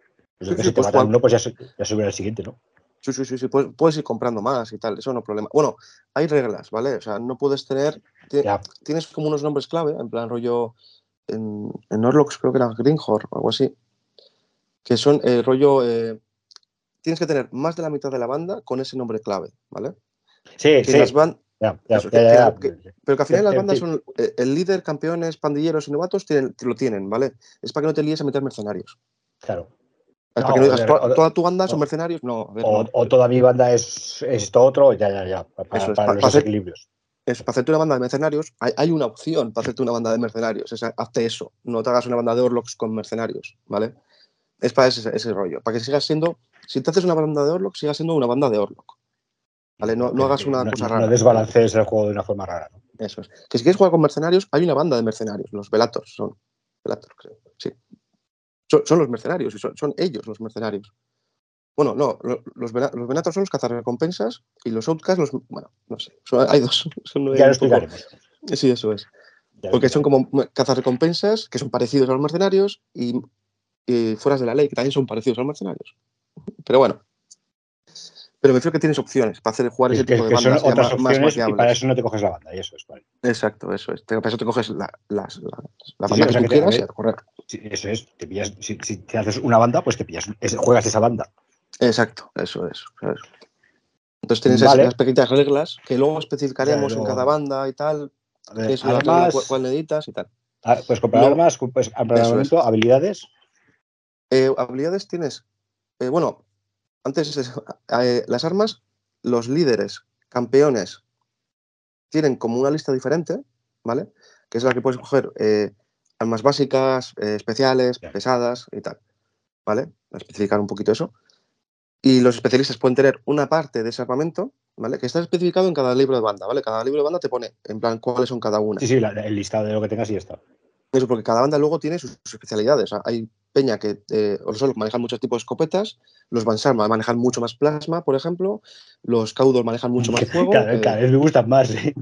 Pues Sí, que sí, si te puedes matan jugar. uno, pues ya, se- ya sube el siguiente, ¿no? Sí, sí, sí, sí, puedes, puedes ir comprando más y tal, eso no es problema. Bueno, hay reglas, ¿vale? O sea, no puedes tener. ti- Ya. Tienes como unos nombres clave, en plan rollo. En, en Orlox creo que era Greenhorn o algo así, que son eh, rollo. eh, tienes que tener más de la mitad de la banda con ese nombre clave, ¿vale? Sí, Que las sí. bandas. Ya, ya, Eso, ya, que, ya, que ya. la- que- pero que al Te- final las te- bandas te- son eh, el líder, campeones, pandilleros y novatos tienen, lo tienen, ¿vale? Es para que no te líes a meter mercenarios. Claro. Es No, para que no o, digas, de- "Toda, o de- toda tu banda son o- mercenarios". No, a ver, o- no. o toda mi banda es, es esto otro, ya, ya, ya. Para, Eso es, para para los hacer, desequilibrios. es, para hacerte una banda de mercenarios, hay, hay una opción para hacerte una banda de mercenarios. Es, hazte eso, no te hagas una banda de Orlocks con mercenarios, ¿vale? Es para ese, ese rollo, para que sigas siendo, si te haces una banda de Orlocks, sigas siendo una banda de Orlock, ¿vale? No, No, no que, hagas que una no, cosa no- no rara, ¿vale? desbalancees el juego de una forma rara, ¿no? Eso es. Que si quieres jugar con mercenarios, hay una banda de mercenarios, los Velators son. Velators, creo. Sí. Son, son los mercenarios, y son, son ellos los mercenarios. Bueno, no, lo- los, Vela- los Velators son los cazarrecompensas y los Outcasts los. Bueno, no sé, son- hay dos. Son Ya lo un poco. explicaremos. Sí, eso es. Ya lo Porque son explicaremos. como cazarrecompensas que son parecidos a los mercenarios y, y fueras de la ley que también son parecidos a los mercenarios. Pero bueno, pero me refiero que tienes opciones para hacer jugar ese Que, que- tipo de que son bandas ya otras ma- más opciones y para maqueables. eso no te coges la banda, y eso es, vale. Exacto, eso es. Te- Para eso te coges la, las- la, la Sí, sí, banda o que sea tú que te, a quieras y a ver, correr. si- eso es, te pillas, si, si te haces una banda, pues te pillas, es- juegas esa banda. Exacto, eso es. ¿Sabes? Entonces tienes esas, Vale, esas pequeñas reglas que luego o sea, especificaremos en cada lo- banda y tal, a qué ver, es la regla, cu- cuál armas, necesitas y tal. ah, puedes comprar Luego, armas, pues eso es. armamento, habilidades. Eh, habilidades tienes, eh, bueno, antes es- eh, las armas, los líderes, campeones, tienen como una lista diferente, ¿vale? Que es la que puedes coger eh, armas básicas, eh, especiales, Ya. pesadas y tal, ¿vale? A especificar un poquito eso. Y los especialistas pueden tener una parte de ese armamento, ¿vale? Que está especificado en cada libro de banda, ¿vale? Cada libro de banda te pone en plan cuáles son cada una. Sí, sí, la- el listado de lo que tengas y ya está. Eso porque cada banda luego tiene sus, sus especialidades. O sea, hay peña que eh, los Orlok manejan muchos tipos de escopetas, los Bansar manejan mucho más plasma, por ejemplo, los Caudor manejan mucho más fuego. Cada, cada eh, vez me gustan más, ¿eh?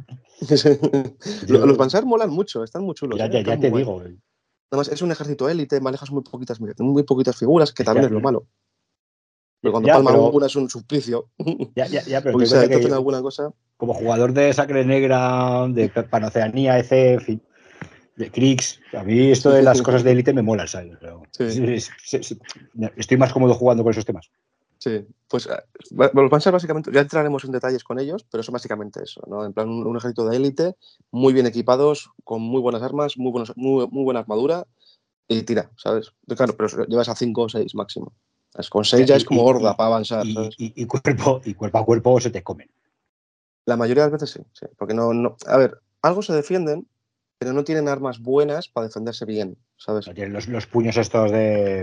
los Yo, Bansar molan mucho, están muy chulos, ya, ¿eh? ya, Están ya muy te guay. digo, Además, es un ejército élite, manejas muy poquitas, muy poquitas figuras, que también ya, es lo malo. Pero cuando ya, palma pero una es un suplicio. ya, ya, ya, pero te Porque doy si cuenta te hacen que alguna cosa. como jugador de sangre negra, de Panoceanía, E C, en fin, de Kriegs, a mí esto de las cosas de élite me mola, ¿sabes? Pero Sí, es- es- es- estoy más cómodo jugando con esos temas. sí. Pues eh, va- los Bansar básicamente, ya entraremos en detalles con ellos, pero son básicamente eso, ¿no? En plan, un, un ejército de élite, muy bien equipados, con muy buenas armas, muy, buenos, muy, muy buena armadura y tira, ¿sabes? Pero claro, pero llevas a cinco o seis máximo. Es- Con O seis sea, ya y, es como y- horda y- para avanzar, y- ¿sabes? y- y cuerpo, y cuerpo a cuerpo se te comen. La mayoría de las veces sí, sí. Porque no, no. A ver, algo se defienden, pero no tienen armas buenas para defenderse bien, ¿sabes? Tienen los, los puños estos de.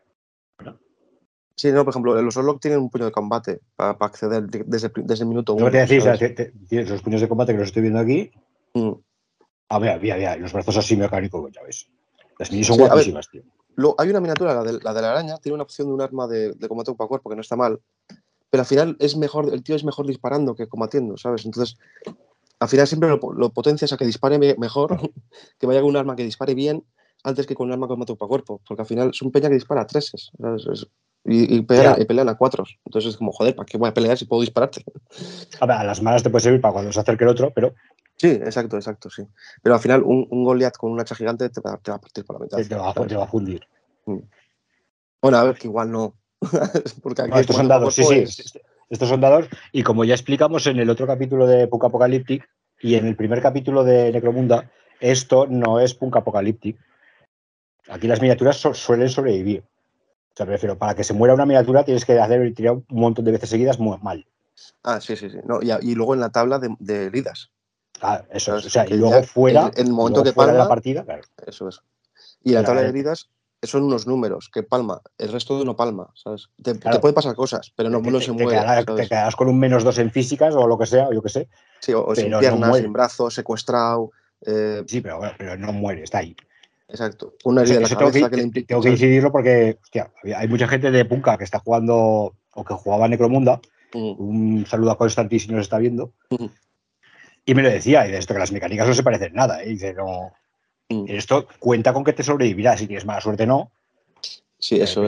Sí, no, por ejemplo, los Orlok tienen un puño de combate para acceder de- desde, desde el minuto Lo que te uno, decís, o sea, ¿sabes? te- te- tienes los puños de combate que los estoy viendo aquí. Mm. A ver, había, había, los brazos así mecánicos, ya ves. Las minis son Sí, a ver, guapísimas, tío. lo, hay una miniatura, la de, la de la araña, tiene una opción de un arma de, de combate cuerpo a cuerpo, que no está mal, pero al final es mejor, el tío es mejor disparando que combatiendo, ¿sabes? Entonces, al final siempre lo, lo potencias a que dispare me- mejor, que vaya con un arma que dispare bien, antes que con un arma con combate cuerpo a cuerpo, porque al final es un peña que dispara a treses, ¿sabes? Es- y, y, pelean, Ya, y pelean a cuatros. Entonces es como, joder, ¿para qué voy a pelear si puedo dispararte? a ver, a las malas te puede servir para cuando se acerque el otro, pero Sí, exacto, exacto, sí. Pero al final un, un Goliath con un hacha gigante te va, te va a partir por la mitad, te, te va, a- te ¿sabes? va a fundir. Mm. Bueno, a ver, que igual no. Porque No, aquí el estos son combate cuerpo a dados, sí, cuerpo sí. es. est- Estos son dados. Y como ya explicamos en el otro capítulo de Punk Apocalyptic y en el primer capítulo de Necromunda, esto no es Punk Apocalyptic. Aquí las miniaturas so- suelen sobrevivir. O sea, me refiero, para que se muera una miniatura tienes que hacer y tirar un montón de veces seguidas muy mal. Ah, sí, sí, sí. No, y, a- y luego en la tabla de, de heridas, Ah, eso es. O ¿sabes? sea, y Que luego ya el, fuera, en el y momento luego que fuera de la palma, partida, claro. eso es. Y en la tabla de la- heridas son unos números que palma, el resto de no palma, ¿sabes? Te, te claro, puede pasar cosas, pero no, te, no se te- te muere, quedarás, te ¿sabes? quedarás con un menos dos en físicas o lo que sea, o yo qué sé, Sí, o, o sin pero no piernas, muere. sin brazos, secuestrado. eh, Sí, pero, bueno, pero no muere, está ahí. exacto. Una Eso, herida en la eso tengo, que, cabeza que le te- te- implica, tengo que ¿sabes? incidirlo porque, hostia, había- hay mucha gente de Punka que está jugando o que jugaba Necromunda. Mm, Un saludo a Constantin si nos está viendo. mm, Y me lo decía, y de esto que las mecánicas no se parecen nada. ¿Eh? Y dice, no, mm. esto cuenta con que te sobrevivirás. Si tienes mala suerte, no. Sí, Pero eso que, es.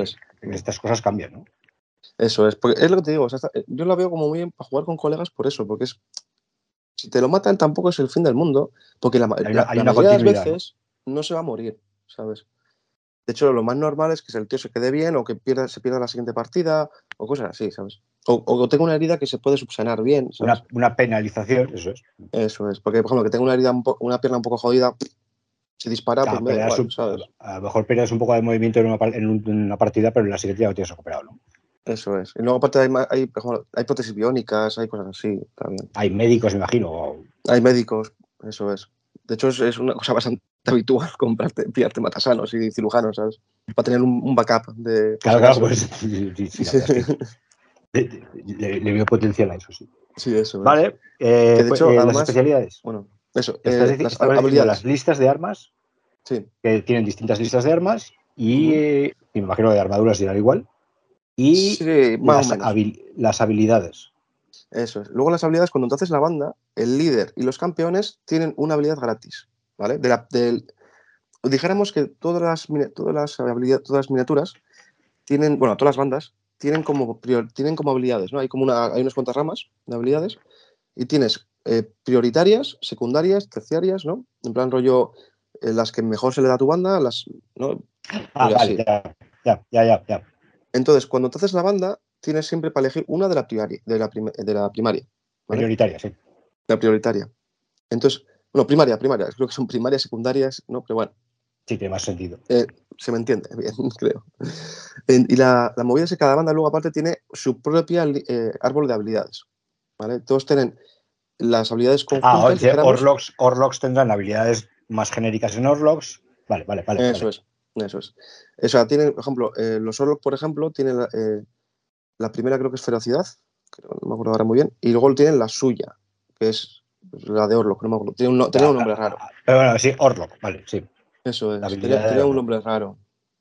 estas cosas cambian, ¿no? Eso es, porque es lo que te digo, o sea, yo lo veo como muy bien para jugar con colegas por eso, porque es, si te lo matan tampoco es el fin del mundo, porque la, Hay una, la, hay la una mayoría de las continuidad, ¿no? veces no se va a morir, ¿sabes? De hecho, lo más normal es que el tío se quede bien o que pierda, se pierda la siguiente partida o cosas así, ¿sabes? O, o tenga una herida que se puede subsanar bien, ¿sabes? Una, una penalización, eso es. Eso es, porque por ejemplo, que tenga una herida, un po- una pierna un poco jodida, si dispara, pues Claro, me da peleas igual, un- ¿sabes? a, a lo mejor pierdes un poco de movimiento en una, par- en un- en una partida, pero en la siguiente ya lo tienes recuperado, ¿no? Eso es. Y luego aparte hay, ma- hay, por ejemplo, hay prótesis biónicas, hay cosas así también. Hay médicos, me imagino. o- Hay médicos, eso es. De hecho, es, es una cosa bastante habitual comprarte, pillarte matasanos y cirujanos, ¿sabes? Para tener un, un backup de por si Claro, claro, acaso. pues sí, sí, sí, la verdad es que le, le- le veo potencial a eso, sí. Sí, eso es. Vale, eh, Que de pues, hecho, eh, las además, especialidades. bueno, eso, Estás eh, dici- las ha- estabas diciendo las habilidades. listas de armas, Sí. que tienen distintas listas de armas, y, Ujú. eh, y me imagino que de armaduras irán igual, y Sí, más o las, menos. habil- las habilidades. Eso es. Luego las habilidades, cuando tú haces la banda, el líder y los campeones tienen una habilidad gratis, ¿vale? De la, del, dijéramos que todas las, mini- todas las habilidades, todas las miniaturas tienen, bueno, todas las bandas tienen como, prior- tienen como habilidades, ¿no? Hay como una, hay unas cuantas ramas de habilidades y tienes eh, prioritarias, secundarias, terciarias, ¿no? En plan rollo, eh, las que mejor se le da a tu banda, las, ¿no? Ah, Rollo vale, así. ya, ya, ya, ya, ya. Entonces, cuando te haces la banda, tienes siempre para elegir una de la, primaria, de la, prim- de la primaria, ¿vale? Prioritaria, sí. La prioritaria. Entonces, bueno, primaria, primaria, creo que son primarias, secundarias, ¿no? Pero bueno, Sí, tiene más sentido. eh, se me entiende bien, creo. En- y la, la movida es que cada banda luego aparte tiene su propia eh, árbol de habilidades, ¿vale? Todos tienen las habilidades Ah, o conjuntas, dice, dijéramos. Orlocks, Orlocks tendrán habilidades más genéricas en Orlocks. Vale, vale, vale, Eso vale. es, eso es. O sea, tienen, por ejemplo, eh, los Orlok, por ejemplo, tienen la, eh, la primera creo que es ferocidad, creo, no me acuerdo ahora muy bien, y luego tienen la suya, que es la de Orlok, no me acuerdo, tiene un, no- tenía un Ah, nombre ah, raro. ah, pero bueno, sí, Orlock, vale, sí. Eso La es, tenía, habilidad de tenía un Orlock. nombre raro.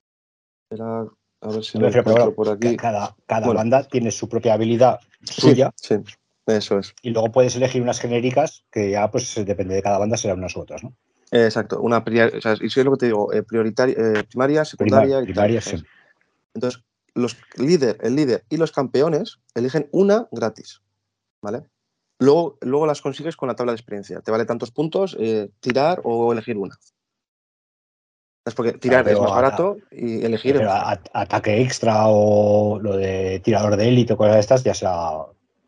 Era, a ver si No me lo refiero, pero encuentro bueno, por ca- aquí. cada, cada Bueno, banda tiene su propia habilidad sí, suya sí, eso es. y luego puedes elegir unas genéricas que ya, pues, depende de cada banda, serán unas u otras, ¿no? Eh, exacto, una prior- o sea, y sí es lo que te digo, eh, prioritaria, eh, primaria, Prima- secundaria y tal, primaria, sí. ¿sabes? Entonces, los líder, el líder y los campeones eligen una gratis, ¿vale? Luego, luego las consigues con la tabla de experiencia. Te vale tantos puntos, eh, tirar o elegir una. Es porque Claro, tirar es pero, más ata- barato y elegir es pero más a- caro. a- ataque extra o lo de tirador de élite o cosas de estas, ya sea,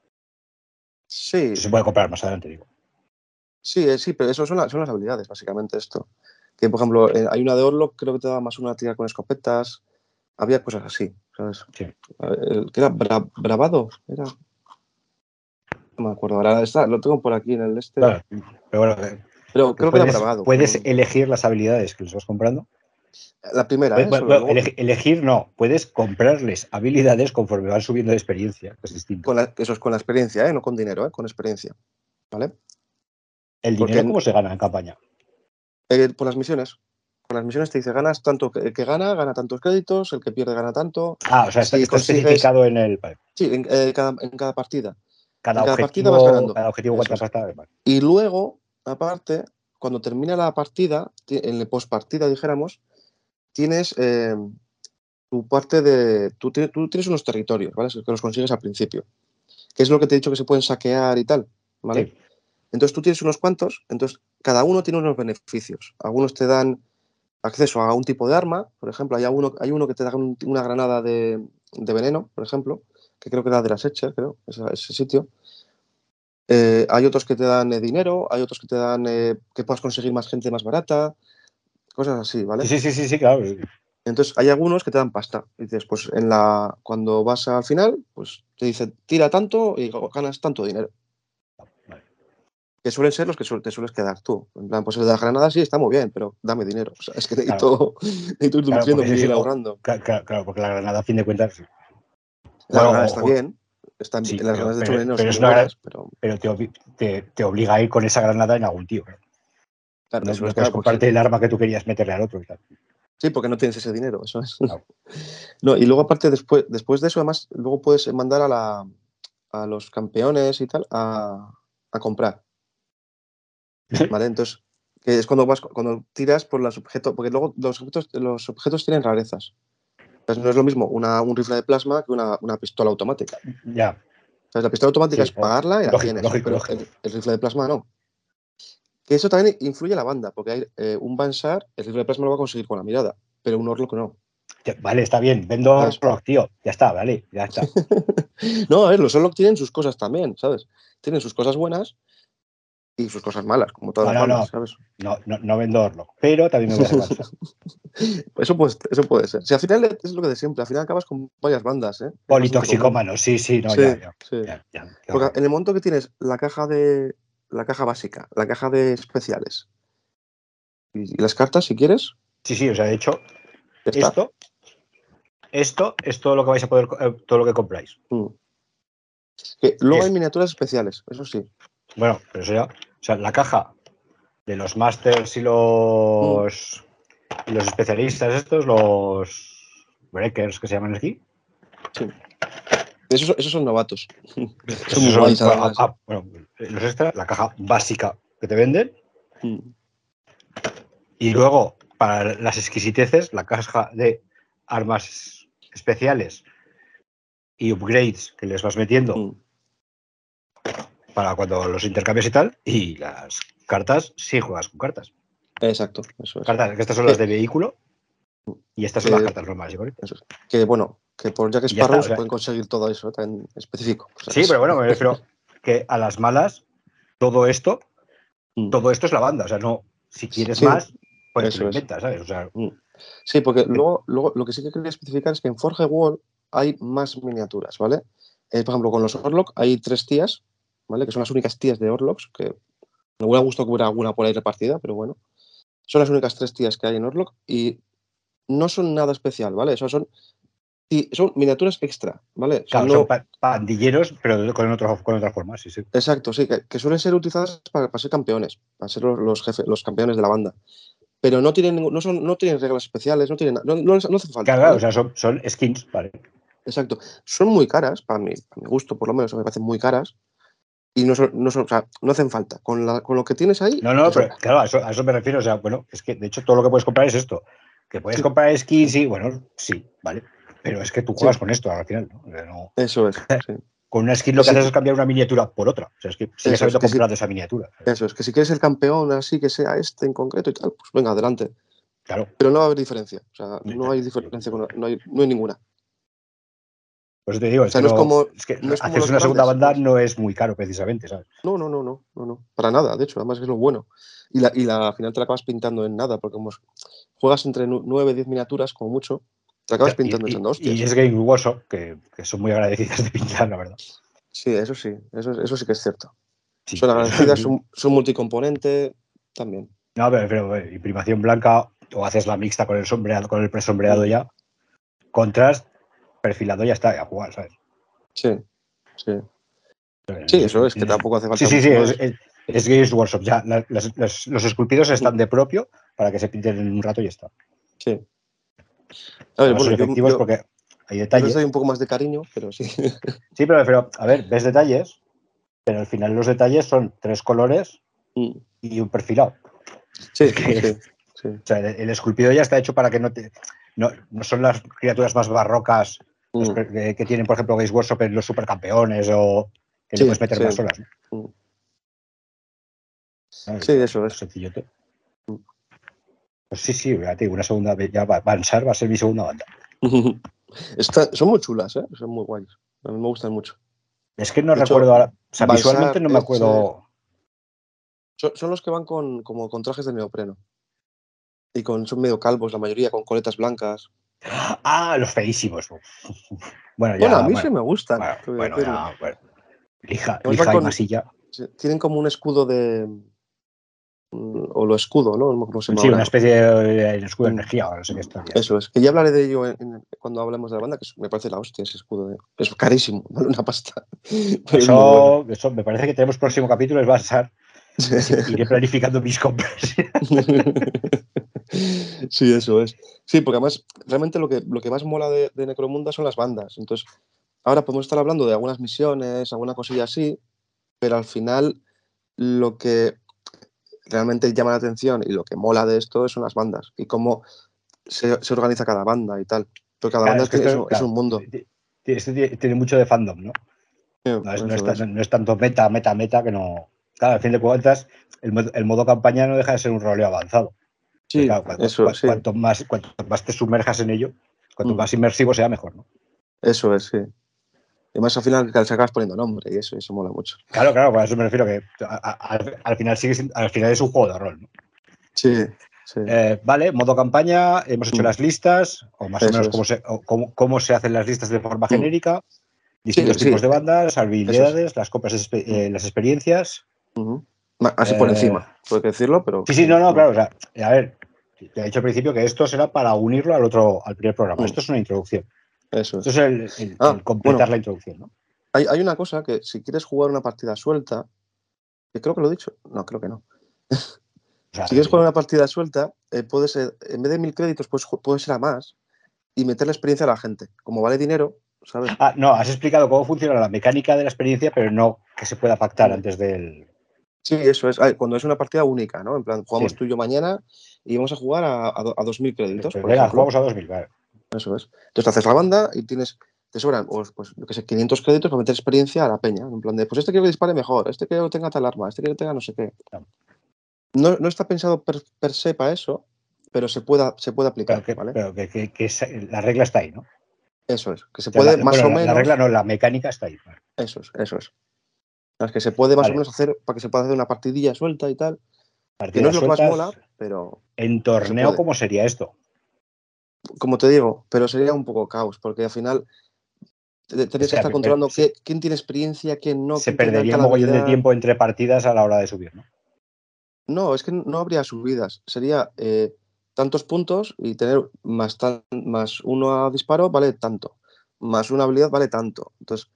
Sí, se puede comprar más adelante, digo. sí, eh, sí, pero eso son, la- son las habilidades, básicamente esto. Que, por ejemplo, eh, hay una de Orlok, creo que te daba más una tira con escopetas. Había cosas así, ¿sabes? Sí. A ver, el- ¿qué era? Bra- ¿Bravado? Era... No me acuerdo. Ahora está, lo tengo por aquí en el este. Claro, pero bueno, eh, Pero pues creo que era puedes, Bravado. puedes Pero... elegir las habilidades que les vas comprando. La primera, Puedes- ¿eh? bueno, Solo. bueno, Luego, ele- elegir no, puedes comprarles habilidades conforme van subiendo de experiencia, que es distinto. con la- eso es con la experiencia, ¿eh? No con dinero, ¿eh? Con experiencia. ¿Vale? ¿El dinero Porque cómo se gana en campaña? eh, por las misiones. Por las misiones te dice, ganas tanto, el que gana, gana tantos créditos, el que pierde gana tanto. Ah, o sea, está, Si está consigues, especificado en el. Vale. sí, en, eh, cada, en cada partida. En Cada cada partida vas objetivo, ganando. cada objetivo Eso cuánta es. pasta. Vale. Y luego, aparte, cuando termina la partida, ti- en la postpartida, dijéramos, tienes eh, tu parte de. Tú, ti- tú tienes unos territorios, ¿vale? Que los consigues al principio. Que es lo que te he dicho que se pueden saquear y tal, ¿vale? Sí. Entonces tú tienes unos cuantos, entonces cada uno tiene unos beneficios. Algunos te dan acceso a un tipo de arma, por ejemplo, hay uno, hay uno que te da un- una granada de, de veneno, por ejemplo, que creo que era de la Setcher, creo, ese, ese sitio. Eh, hay otros que te dan eh, dinero, hay otros que te dan eh, que puedas conseguir más gente más barata, cosas así, Sí, ¿vale? sí, sí, sí, sí, claro. Entonces hay algunos que te dan pasta. Y dices, pues en la, cuando vas al final, pues te dice tira tanto y ganas tanto dinero. Vale. Que suelen ser los que su- te sueles quedar tú. En plan, pues el de la granada sí está muy bien, pero dame dinero. O sea, es que Claro, necesito, necesito ir claro, porque nutriéndome sí, y sí, ir o- ahorrando. ca- ca- claro, porque la granada, a fin de cuentas, sí. La Bueno, granada o- está o- bien. Están, sí, las pero, granadas de hecho pero, veneno pero están es bien una gran- buenas, pero pero te, obli- te, te obliga a ir con esa granada en algún tío. Claro. claro, No, eso no es puedes claro, porque comprarte sí, el arma que tú querías meterle al otro y tal. sí, porque no tienes ese dinero, eso es. Claro. No, y luego aparte, después, después de eso, además, luego puedes mandar a, la, a los campeones y tal a, a comprar, ¿vale? Entonces, que es cuando vas, cuando tiras por los objetos, porque luego los objetos, los objetos tienen rarezas. Entonces, no es lo mismo una, un rifle de plasma que una, una pistola automática. Ya. Entonces, la pistola automática Sí, es pagarla y la lógico, tienes, lógico, pero lógico. el, el rifle de plasma no. Que eso también influye a la banda, porque hay eh, un Bansar, el rifle de plasma lo va a conseguir con la mirada, pero un Orlok no. Vale, está bien, vendo ¿Sabes? Orlok, tío. Ya está, vale, ya está. No, a ver, los Orlok tienen sus cosas también, ¿sabes? Tienen sus cosas buenas y sus cosas malas, como todas No, las no, bandas, no. ¿sabes? No, no, no vendo Orlok, pero también me voy a hacer Bansar. Eso puede, eso puede ser. Si al final es lo que de siempre, al final acabas con varias bandas, ¿eh? Es bastante común. Politoxicómano, sí, sí, no, ya, Sí, ya. sí. Ya, ya, qué Porque horror. en el momento que tienes la caja de la caja básica, la caja de especiales y, y las cartas, si quieres, Sí, sí, o sea, de hecho, ya está. esto, esto es todo lo que vais a poder, eh, todo lo que compráis. Mm. Que luego hay Es, miniaturas especiales, eso sí. bueno, pero eso ya, o sea, la caja de los masters y Mm. los, y los especialistas estos, los breakers que se llaman aquí, Sí. Esos, esos son novatos. Son esos muy son, guays, bueno, ah, además. ¿Eh? ah, bueno, los extras, la caja básica que te venden, Mm. y luego, para las exquisiteces, la caja de armas especiales y upgrades que les vas metiendo Mm. para cuando los intercambias y tal, y las cartas, sí juegas con cartas. Exacto, eso es. Cartas, que estas son las Que, de vehículo y estas son las que, cartas normales y corrientes. eso es. Que bueno, que por Jack Y ya está. Sparrow O se sea, pueden conseguir todo eso, ¿eh? También específico, por si sí, acaso. pero bueno, me refiero que a las malas, todo esto, Mm. todo esto es la banda. O sea, no, si quieres Sí, más, pues te lo eso es. inventas, ¿sabes? O sea, Mm. Sí, porque luego, luego lo que sí que quería especificar es que en Forge World hay más miniaturas, ¿vale? Eh, por ejemplo, con los Orlok hay tres tías, ¿vale? Que son las únicas tías de Orloks, que me hubiera gustado que hubiera alguna por ahí repartida, pero bueno. Son las únicas tres tías que hay en Orlok y no son nada especial, ¿vale? O sea, son, y son miniaturas extra, ¿vale? O sea, claro, son no. pa pandilleros, pero con, otro, con otra forma, sí, sí. Exacto, sí, que, que suelen ser utilizadas para, para ser campeones, para ser los, los jefes, los campeones de la banda. Pero no tienen, ningún- no son, no tienen reglas especiales, no tienen, no, no, les- no hace falta, Claro, claro, o ¿vale? sea, son, son skins, ¿vale? Exacto. Son muy caras, para mi, para mi gusto, por lo menos, me parecen muy caras. Y no son, no son, o sea, no hacen falta. Con, la, con lo que tienes ahí, No, no, te pero sobra. claro, a eso, a eso me refiero. O sea, bueno, es que de hecho todo lo que puedes comprar es esto. Que puedes Sí, comprar skins y, bueno, sí, ¿vale? Pero es que tú juegas sí, con esto al final, ¿no? O sea, no- eso es, sí. con una skin Que lo que sí, haces es cambiar una miniatura por otra. O sea, es que sigues eso es, habiendo que sí, comprado esa miniatura. eso es, que si quieres el campeón así, que sea este en concreto y tal, pues venga, adelante. Claro. Pero no va a haber diferencia. O sea, no hay diferencia, con, no, hay, no hay ninguna. Por eso te digo, O es sea, que no es no, como, es que no es como hacerse los una segunda grandes, banda ¿sabes? no es muy caro precisamente, ¿sabes? No, no, no, no, no, no, para nada, de hecho, además es lo bueno. Y la, y la al final te la acabas pintando en nada, porque como juegas entre nueve, diez miniaturas, como mucho, te la acabas Y, pintando y, echando y hostias. es Game Workshop, que, que son muy agradecidas de pintar, la verdad. Sí, eso sí, eso, eso sí que es cierto. Sí, Son eso, agradecidas, son, son multicomponente también. no, pero, pero eh, imprimación blanca o haces la mixta con el sombreado, con el presombreado Mm. ya, contrast, perfilado ya está, ya jugar, ¿sabes? Sí, sí. Sí, Es- eso es, que es- tampoco hace sí, falta sí, sí, mucho es, más. es, es Games Workshop. Ya, la- las- las- los esculpidos Mm. están de propio para que se pinten en un rato y ya está. Sí. A ver, Además bueno, son yo, efectivos yo, porque hay yo les doy detalles. un poco más de cariño, pero sí. Sí, pero, pero, a ver, ves detalles, pero al final los detalles son tres colores Mm. y un perfilado. Es Sí, que, sí, sí. o sea, el, el esculpido ya está hecho para que no te. No, no son las criaturas más barrocas los, Mm. que, que tienen, por ejemplo, Games Workshop en los supercampeones o que le Sí, puedes meter sí. más horas, ¿no? Mm. ¿Sabes? Sí, O sea, eso más es. sencillote. Pues sí, sí, ya te digo, una segunda vez, ya va, Bansar va a ser mi segunda banda. Está- son muy chulas, ¿eh? Son muy guays. A mí me gustan mucho. Es que no De hecho, recuerdo ahora, o sea, visualmente Balsar, no me Etcher, acuerdo. son, son los que van con, como con trajes de neopreno. Y con, son medio calvos la mayoría, con coletas blancas. Ah, los feísimos. Bueno, Bueno, a ya, mí sí bueno, me gustan, bueno, te voy a bueno, decirlo. ya, bueno. Lija, Además van lija y con, masilla. sí, tienen como un escudo de, mm, o lo escudo, ¿no? No sé cómo se llama Sí, una ahora. especie de, de escudo de Mm, energía, o no sé qué historia. eso es. Que ya hablaré de ello en- en- cuando hablemos de la banda, que es- me parece la hostia ese escudo. De- es carísimo, vale una pasta. Pero es muy bueno. Eso, eso me parece que tenemos próximo capítulo, es Bansar. Y así iré planificando mis compras. Sí, eso es. Sí, porque además, realmente lo que, lo que más mola de, de Necromunda son las bandas. Entonces, ahora podemos estar hablando de algunas misiones, alguna cosilla así, pero al final lo que realmente llama la atención y lo que mola de esto son las bandas y cómo se, se organiza cada banda y tal. Pero cada Claro, banda es que tiene- es, esto, un- es claro, un mundo. ti- ti- esto tiene tiene mucho de fandom, ¿no? Sí, No es, por no es eso tan- es. no es tanto meta, meta, meta, que no. Claro, al fin de cuentas, el, modo- el modo campaña no deja de ser un roleo avanzado. Pero Sí, claro, cuanto, eso, cua- sí. cuanto más, cuanto más te sumerjas en ello, cuanto Mm, más inmersivo sea, mejor, ¿no? Eso es, sí. Y más al final que le acabas poniendo nombre y eso, eso mola mucho. Claro, claro, por eso me refiero que a- a- al, al final sigue siendo- al final es un juego de rol, ¿no? Sí, sí. Eh, vale, modo campaña, hemos hecho Mm, las listas, o más o Eso menos cómo es. se, o cómo, cómo se hacen las listas de forma Mm, genérica, Sí, distintos sí, tipos de bandas, eso es. habilidades, las copias, espe- Mm, eh, las experiencias. ujú. Ma- Así por eh, encima, puedo decirlo, pero sí, sí, sí. no, no, No. claro, o sea, a ver, te he dicho al principio que esto será para unirlo al otro, al primer programa. Mm, Esto es una introducción. Eso Esto es. es el, el- Ah, el completar bueno, la introducción, ¿no? hay, hay una cosa que si quieres jugar una partida suelta, que creo que lo he dicho, no, creo que no. O sea, Si quieres jugar una partida suelta, eh, puedes, ser- en vez de mil créditos, pues ju- puedes ir a más y meter la experiencia a la gente. Como vale dinero, ¿sabes? ah, no, has explicado cómo funciona la mecánica de la experiencia, pero no que se pueda pactar Mm. antes del. Sí, eso es. Ay, cuando es una partida única, ¿no? En plan, Sí, jugamos tú y yo mañana y vamos a jugar a, a, do- a dos mil créditos, por venga, ejemplo. jugamos a dos mil, vale. Eso es. Entonces te haces la banda y tienes, te sobran, pues, pues yo qué sé, quinientos créditos para meter experiencia a la peña. En plan de, pues este quiero que dispare mejor, este quiero que tenga tal arma, este quiero que tenga no sé qué. No, No, no está pensado per, per se para eso, pero se puede, se puede pero aplicar, que, ¿vale? pero que, que- que esa- la regla está ahí, ¿no? O Eso es. Que se sea, puede la- más bueno, o la, la regla menos, no, la mecánica está ahí. Vale. eso es, eso es. Es que se puede más o Vale, menos hacer para que se pueda hacer una partidilla suelta y tal, que no es partidas lo que más mola, sueltas. pero, En pero se torneo, puede. ¿cómo sería esto? Como te digo, pero sería un poco caos, porque al final te- O tendrías que sea, estar pe- pe- controlando se, qué, quién tiene experiencia, quién no, se quién tiene perdería tal mogollón de habilidad. tiempo entre partidas a la hora de subir, ¿no? No, es que no habría subidas. Sería eh, tantos puntos y tener más, tan- más uno a disparo vale tanto, más una habilidad vale tanto. Entonces,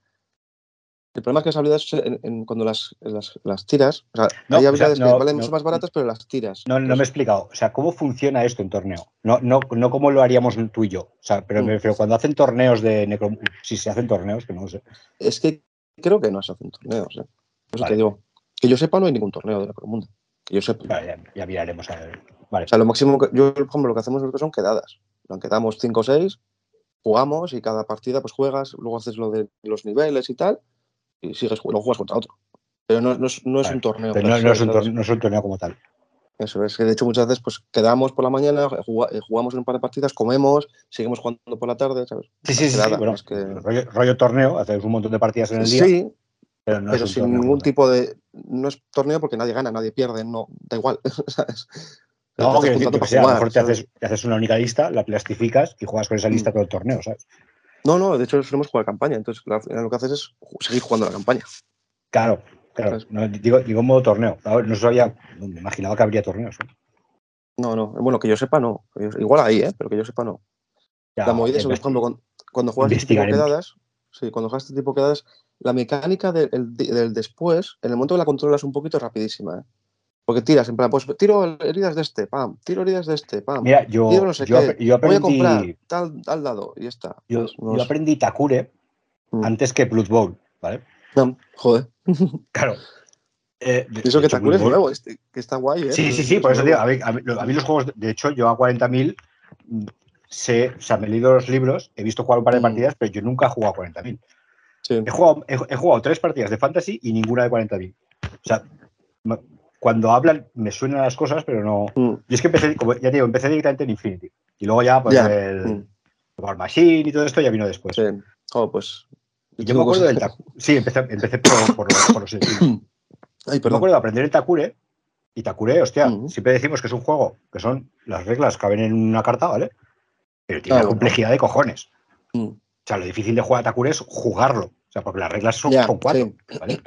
el problema es que las habilidades, en- en- cuando las, las, las tiras, o sea, hay No, o sea, habilidades que no, valen mucho no, más baratas, pero las tiras. no, no me he Entonces, explicado. O sea, ¿cómo funciona esto en torneo? No, no, no cómo lo haríamos tú y yo. O sea, pero me mm, refiero, cuando hacen torneos de Necro, si se hacen torneos, que no lo sé. es que creo que no se hacen torneos. ¿Eh? Por eso te Vale, digo, que yo sepa, no hay ningún torneo de la Mundo. Que yo sepa. vale, ya, ya miraremos a ver. O Vale, sea, lo máximo que yo, por ejemplo, lo que hacemos nosotros son quedadas. Nos quedamos cinco o seis, jugamos y cada partida pues juegas, luego haces lo de los niveles y tal, y sigues, lo juegas contra otro. Pero no, no, es, no es un vale. torneo Pero per no, no es se, un torneo, ¿sabes? no es un torneo como tal. Eso es que de hecho muchas veces pues quedamos por la mañana, juga- eh, jugamos un par de partidas, comemos, seguimos jugando por la tarde, ¿sabes? Sí, Las sí, sí, sí. quedadas, Bueno, más que. rollo, rollo torneo, hacéis un montón de partidas en el día, Sí, pero no es pero un sin torneo como ningún tal. tipo de. No es torneo porque nadie gana, nadie pierde, no, da igual, ¿sabes? Te No, estás quiero decir, juntando yo que para sé, a lo jugar, mejor te ¿sabes? haces, te haces una única lista, la plastificas y juegas con esa Mm. lista todo el torneo, ¿sabes? No, no, de hecho solemos jugar campaña, entonces al final lo que haces es ju- seguir jugando la campaña, Claro, claro. ¿sabes? No, digo, digo modo torneo. A ver, no Mm. sabía, no me imaginaba que habría torneos, ¿eh? No, no, bueno, que yo sepa no, Que yo- igual ahí, ¿eh? Pero que yo sepa no. La Ya, movida ya es que, por ejemplo, investi- cuando, cuando juegas este tipo de investigaremos. quedadas, sí, cuando juegas este tipo de quedadas, la mecánica del, el- del después, en el momento que la controlas un poquito, es rapidísima, ¿eh? Porque tiras, en plan, pues tiro heridas de este, pam, tiro heridas de este, pam, Mira, tiro yo, no sé yo, ap- qué, yo voy a comprar aprendí, tal, tal dado, y ya está. yo, ¿Sabes? No yo es- aprendí Takure mm. antes que Blood Bowl, ¿vale? No, joder. Claro. Eh, de, Y eso de que hecho, Blood Takure es Bowl. nuevo, este, que está guay, ¿eh? Sí, Pero sí, es, sí, es por eso digo, nuevo. a mí, a mí- a mí los juegos, de hecho, yo a cuarenta mil mm, sé, o sea, me he leído los libros, he visto jugar un par de Mm, partidas, pero yo nunca he jugado a cuarenta mil. sí. He jugado, he, he jugado tres partidas de Fantasy y ninguna de cuarenta mil. O sea, ma- cuando hablan me suenan las cosas, pero no. Mm, Yo es que empecé, como ya te digo, empecé directamente en Infinity. Y luego ya, pues, ya. el Mm, War Machine y todo esto ya vino sí. después. Oh, pues. Yo Y yo me tengo acuerdo cosas. del Takure. Sí, empecé, empecé por, por, lo- por lo sencillo. Ay, Yo me perdón. acuerdo de aprender el Takure. Y Takure, hostia, Mm. siempre decimos que es un juego que son las reglas caben en una carta, ¿vale? Pero tiene Ah, una bueno. complejidad de cojones. Mm. O sea, lo difícil de jugar a Takure es jugarlo. O sea, porque las reglas son, Ya, son cuatro, sí. ¿vale?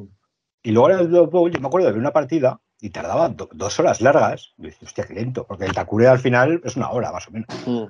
Y luego en el Blood Bowl, yo me acuerdo de ver una partida y tardaba do- dos horas largas. Y yo decía, hostia, qué lento, porque el Takure al final es una hora, más o menos. Mm.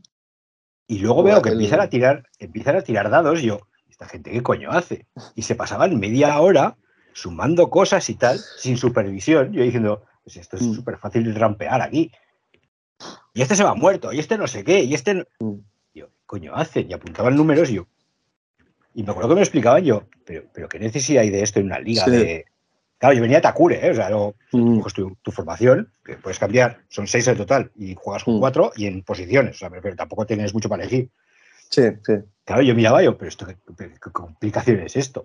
Y luego veo Buah, que empiezan a el... tirar, empiezan a tirar dados y yo, ¿esta gente qué coño hace? Y se pasaban media hora sumando cosas y tal, sin supervisión. Yo diciendo, pues esto es Mm. súper fácil de trampear aquí. Y este se va muerto, y este no sé qué, y este no... Mm. Y yo, ¿qué coño hacen? Y apuntaban números y yo... Y me acuerdo que me lo explicaban yo, pero, pero ¿qué necesidad hay de esto en una liga Sí. de...? Claro, yo venía a Takure, ¿eh? O sea, no, tú Mm. coges tu, tu formación, que puedes cambiar, son seis en total, y juegas con Mm. cuatro y en posiciones, o sea, pero tampoco tienes mucho para elegir. Sí, sí. Claro, yo miraba yo, pero esto, ¿qué, qué complicación es esto?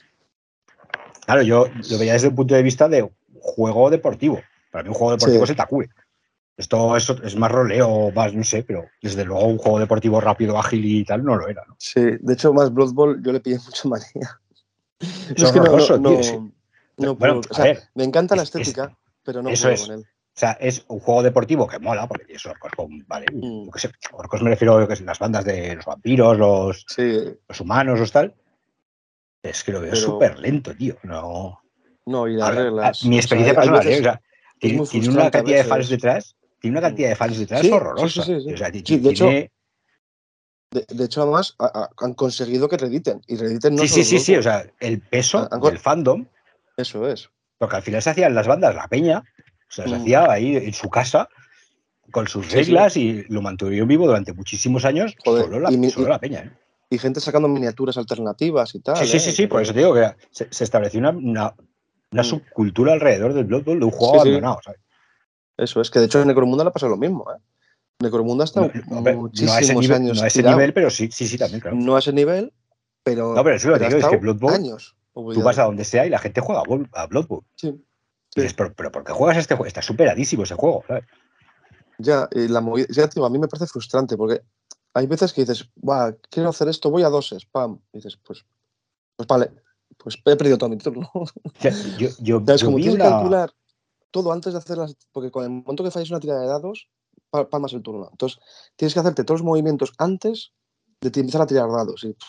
Claro, yo lo veía desde un punto de vista de juego deportivo. Para mí un juego deportivo Sí. es el Takue. Esto es, es más roleo, más, no sé, pero desde luego un juego deportivo rápido, ágil y tal no lo era, ¿no? Sí, de hecho, más Blood Bowl yo le pillé mucha manía. Es Es que no, no, horroroso, tío. Sí. no, no Bueno, puedo. O a sea, ver, me encanta la es, es, estética, pero no eso puedo es. con él. O sea, es un juego deportivo que mola, porque es orcos con, vale, Mm. yo qué sé, orcos me refiero a las bandas de los vampiros, los, Sí, los humanos, los tal. Es que lo veo pero súper lento, tío. No. no, y A las ver, a- reglas. mi O sea, experiencia hay, hay personal, ¿eh? O veces. sea, Es tiene, muy tiene una frustrante a cantidad de fans veces. detrás, tiene una Mm. cantidad de fans detrás Sí, sí, horrorosa. sí, sí. O sea, Sí, tiene, de hecho, tiene... de, de hecho, además, a- a- han conseguido que reediten. Y reediten no Sí, sí, solo sí, Blood sí. O Bowl. sea, el peso Han- han del co- fandom, eso es. porque al final se hacían las bandas, la peña, o sea, se Mm. hacía ahí en su casa, con sus Sí, sí. reglas y lo mantuvieron vivo durante muchísimos años, Joder. solo la, Y, mi- solo y- la peña, ¿eh? y gente sacando miniaturas alternativas y Sí, tal, sí, sí, ¿eh? sí, por eso te Entonces. digo que era- se, se estableció una, una, una Mm. subcultura alrededor del Blood Bowl de un juego Sí, sí. abandonado, ¿sabes? Eso es. Que de hecho en Necromunda le pasa lo mismo, ¿eh? Necromunda ha No, estado hombre, no a ese muchísimos nivel, no años a ese tirado. nivel, pero sí, sí, sí, también, claro. No a ese nivel, No, pero, pero eso es lo que pero te ha digo, es que estado Blood Bowl, años tú vas a olvidado. donde sea y la gente juega a Bol- a Blood Bowl. Sí, Y sí. dices, pero, pero ¿por qué juegas este juego? Está superadísimo ese juego, ¿sabes? Ya, y la movida, ya, tío, a mí me parece frustrante porque hay veces que dices, va, quiero hacer esto, voy a doses, pam. Y dices, pues, pues vale, pues he perdido todo mi turno. O sea, yo, yo, ¿Sabes? yo Como vi tienes que una... calcular todo antes de hacer las. Porque con el momento que falles una tirada de dados, pa- palmas el turno. Entonces, tienes que hacerte todos los movimientos antes de ti empezar a tirar dados. Y,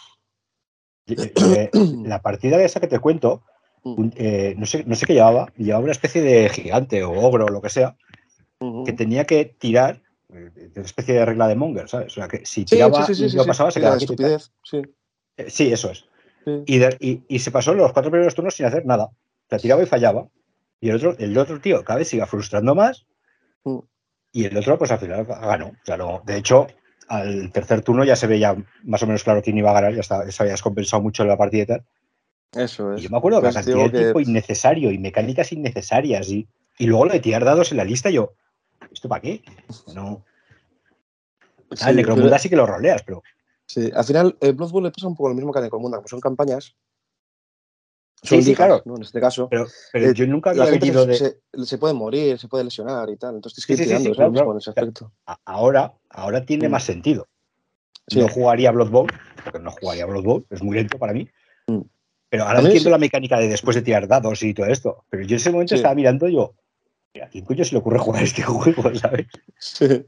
eh, la partida de esa que te cuento, un- eh, no, sé, no sé qué llevaba, llevaba una especie de gigante o ogro o lo que sea, que tenía que tirar, eh, de una especie de regla de Monger, ¿sabes? O sea, que si Sí, sí, tiraba sí, sí, y sí, no sí. pasaba, se Sí, la quedaba quieto y tal. estupidez, sí, Eh, sí, eso es. sí. Y, de- y, y se pasó los cuatro primeros turnos sin hacer nada. O sea, tiraba y fallaba. Y el otro, el otro tío cada vez se iba frustrando más Mm. y el otro, pues al final ganó. O sea, no, de hecho, al tercer turno ya se veía más o menos claro quién iba a ganar, ya, estaba, ya se había descompensado mucho en la partida y tal. Eso Y yo es. me acuerdo que la Pues cantidad digo de que. tiempo innecesario y mecánicas innecesarias y, y luego lo de tirar dados en la lista, yo, ¿esto para qué? No. Ah, el Sí, pero Necromunda sí que lo roleas, pero. sí, al final, el Blood Bowl le pasa un poco lo mismo que a Necromunda, como son campañas, Sí, son sí, ligas, claro. ¿no? En este caso, Pero, pero eh, yo nunca la había gente se, venido de. se, se puede morir, se puede lesionar y tal, entonces Sí, tienes sí, que ir sí, tirando, sí, es lo claro, mismo claro. en ese O sea, aspecto. a- ahora, ahora tiene Mm. más sentido. Sí. No jugaría Blood Bowl, porque no jugaría Blood Bowl, es muy lento para mí. Mm. Pero ahora A mí entiendo sí. la mecánica de después de tirar dados y todo esto. Pero yo en ese momento Sí. estaba mirando yo, ¿a quién coño se le ocurre jugar este juego, sabes? Sí.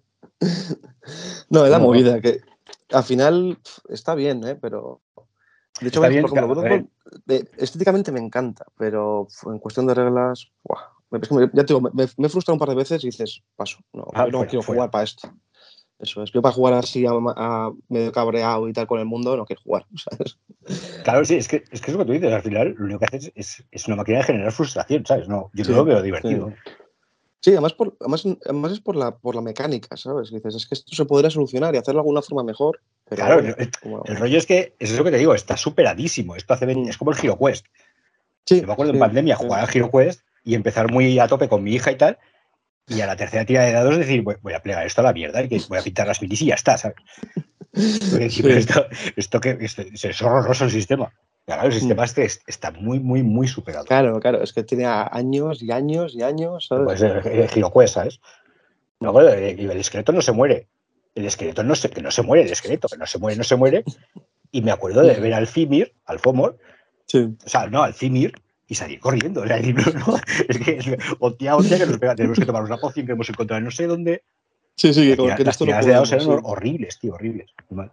No, es la No, no. movida, que al final pf, está bien, ¿eh? Pero. De hecho, Está por bien, ejemplo, a Blood ver, Bowl de- estéticamente me encanta, pero pf, en cuestión de reglas, ¡buah! Es que me- ya te digo, me, me frustra un par de veces y dices, paso, no, ah, yo no fuera, quiero fuera. jugar para esto. Eso es, yo para jugar así a, a medio cabreado y tal con el mundo, no quiero jugar, ¿sabes? Claro, sí, es que, es que es lo que tú dices, al final lo único que haces es, es una máquina de generar frustración, ¿sabes? No, yo no lo Sí, veo sí. divertido. Sí, además, por, además, además es por la, por la mecánica, ¿sabes? Dices, es que esto se podría solucionar y hacerlo de alguna forma mejor, pero Claro, bueno, el, el como. rollo es que, es eso que te digo, está superadísimo. Esto hace veinte Mm. es como el HeroQuest. Yo Sí, me acuerdo en sí, pandemia sí. jugar al HeroQuest y empezar muy a tope con mi hija y tal, y a la tercera tira de dados decir, voy, voy a plegar esto a la mierda y que voy a pintar las minis y ya está, ¿sabes? Porque decir, pero Sí. esto, esto que esto- es horroroso el sistema. Claro, el Mm. sistema este es- está muy, muy, muy superado. Claro, claro, es que tiene a- años y años y años, ¿sabes? Pues el, el HeroQuest, ¿sabes? Me Mm. acuerdo, el, el esqueleto no se muere. El esqueleto no se, que no se muere, el esqueleto, que no se muere, no se muere. Y me acuerdo de ver al Fimir, al Fomor, Sí, o sea, no, al Fimir, y salir corriendo. O sea, decir, no, no, es que, es que, hostia, hostia, que nos pega, tenemos que tomar una poción que hemos encontrado no sé dónde. sí, sí, Y que, la con- tira- que en las esto no tiradas de dados podemos, eran sí. hor- horribles, tío, horribles. Muy mal.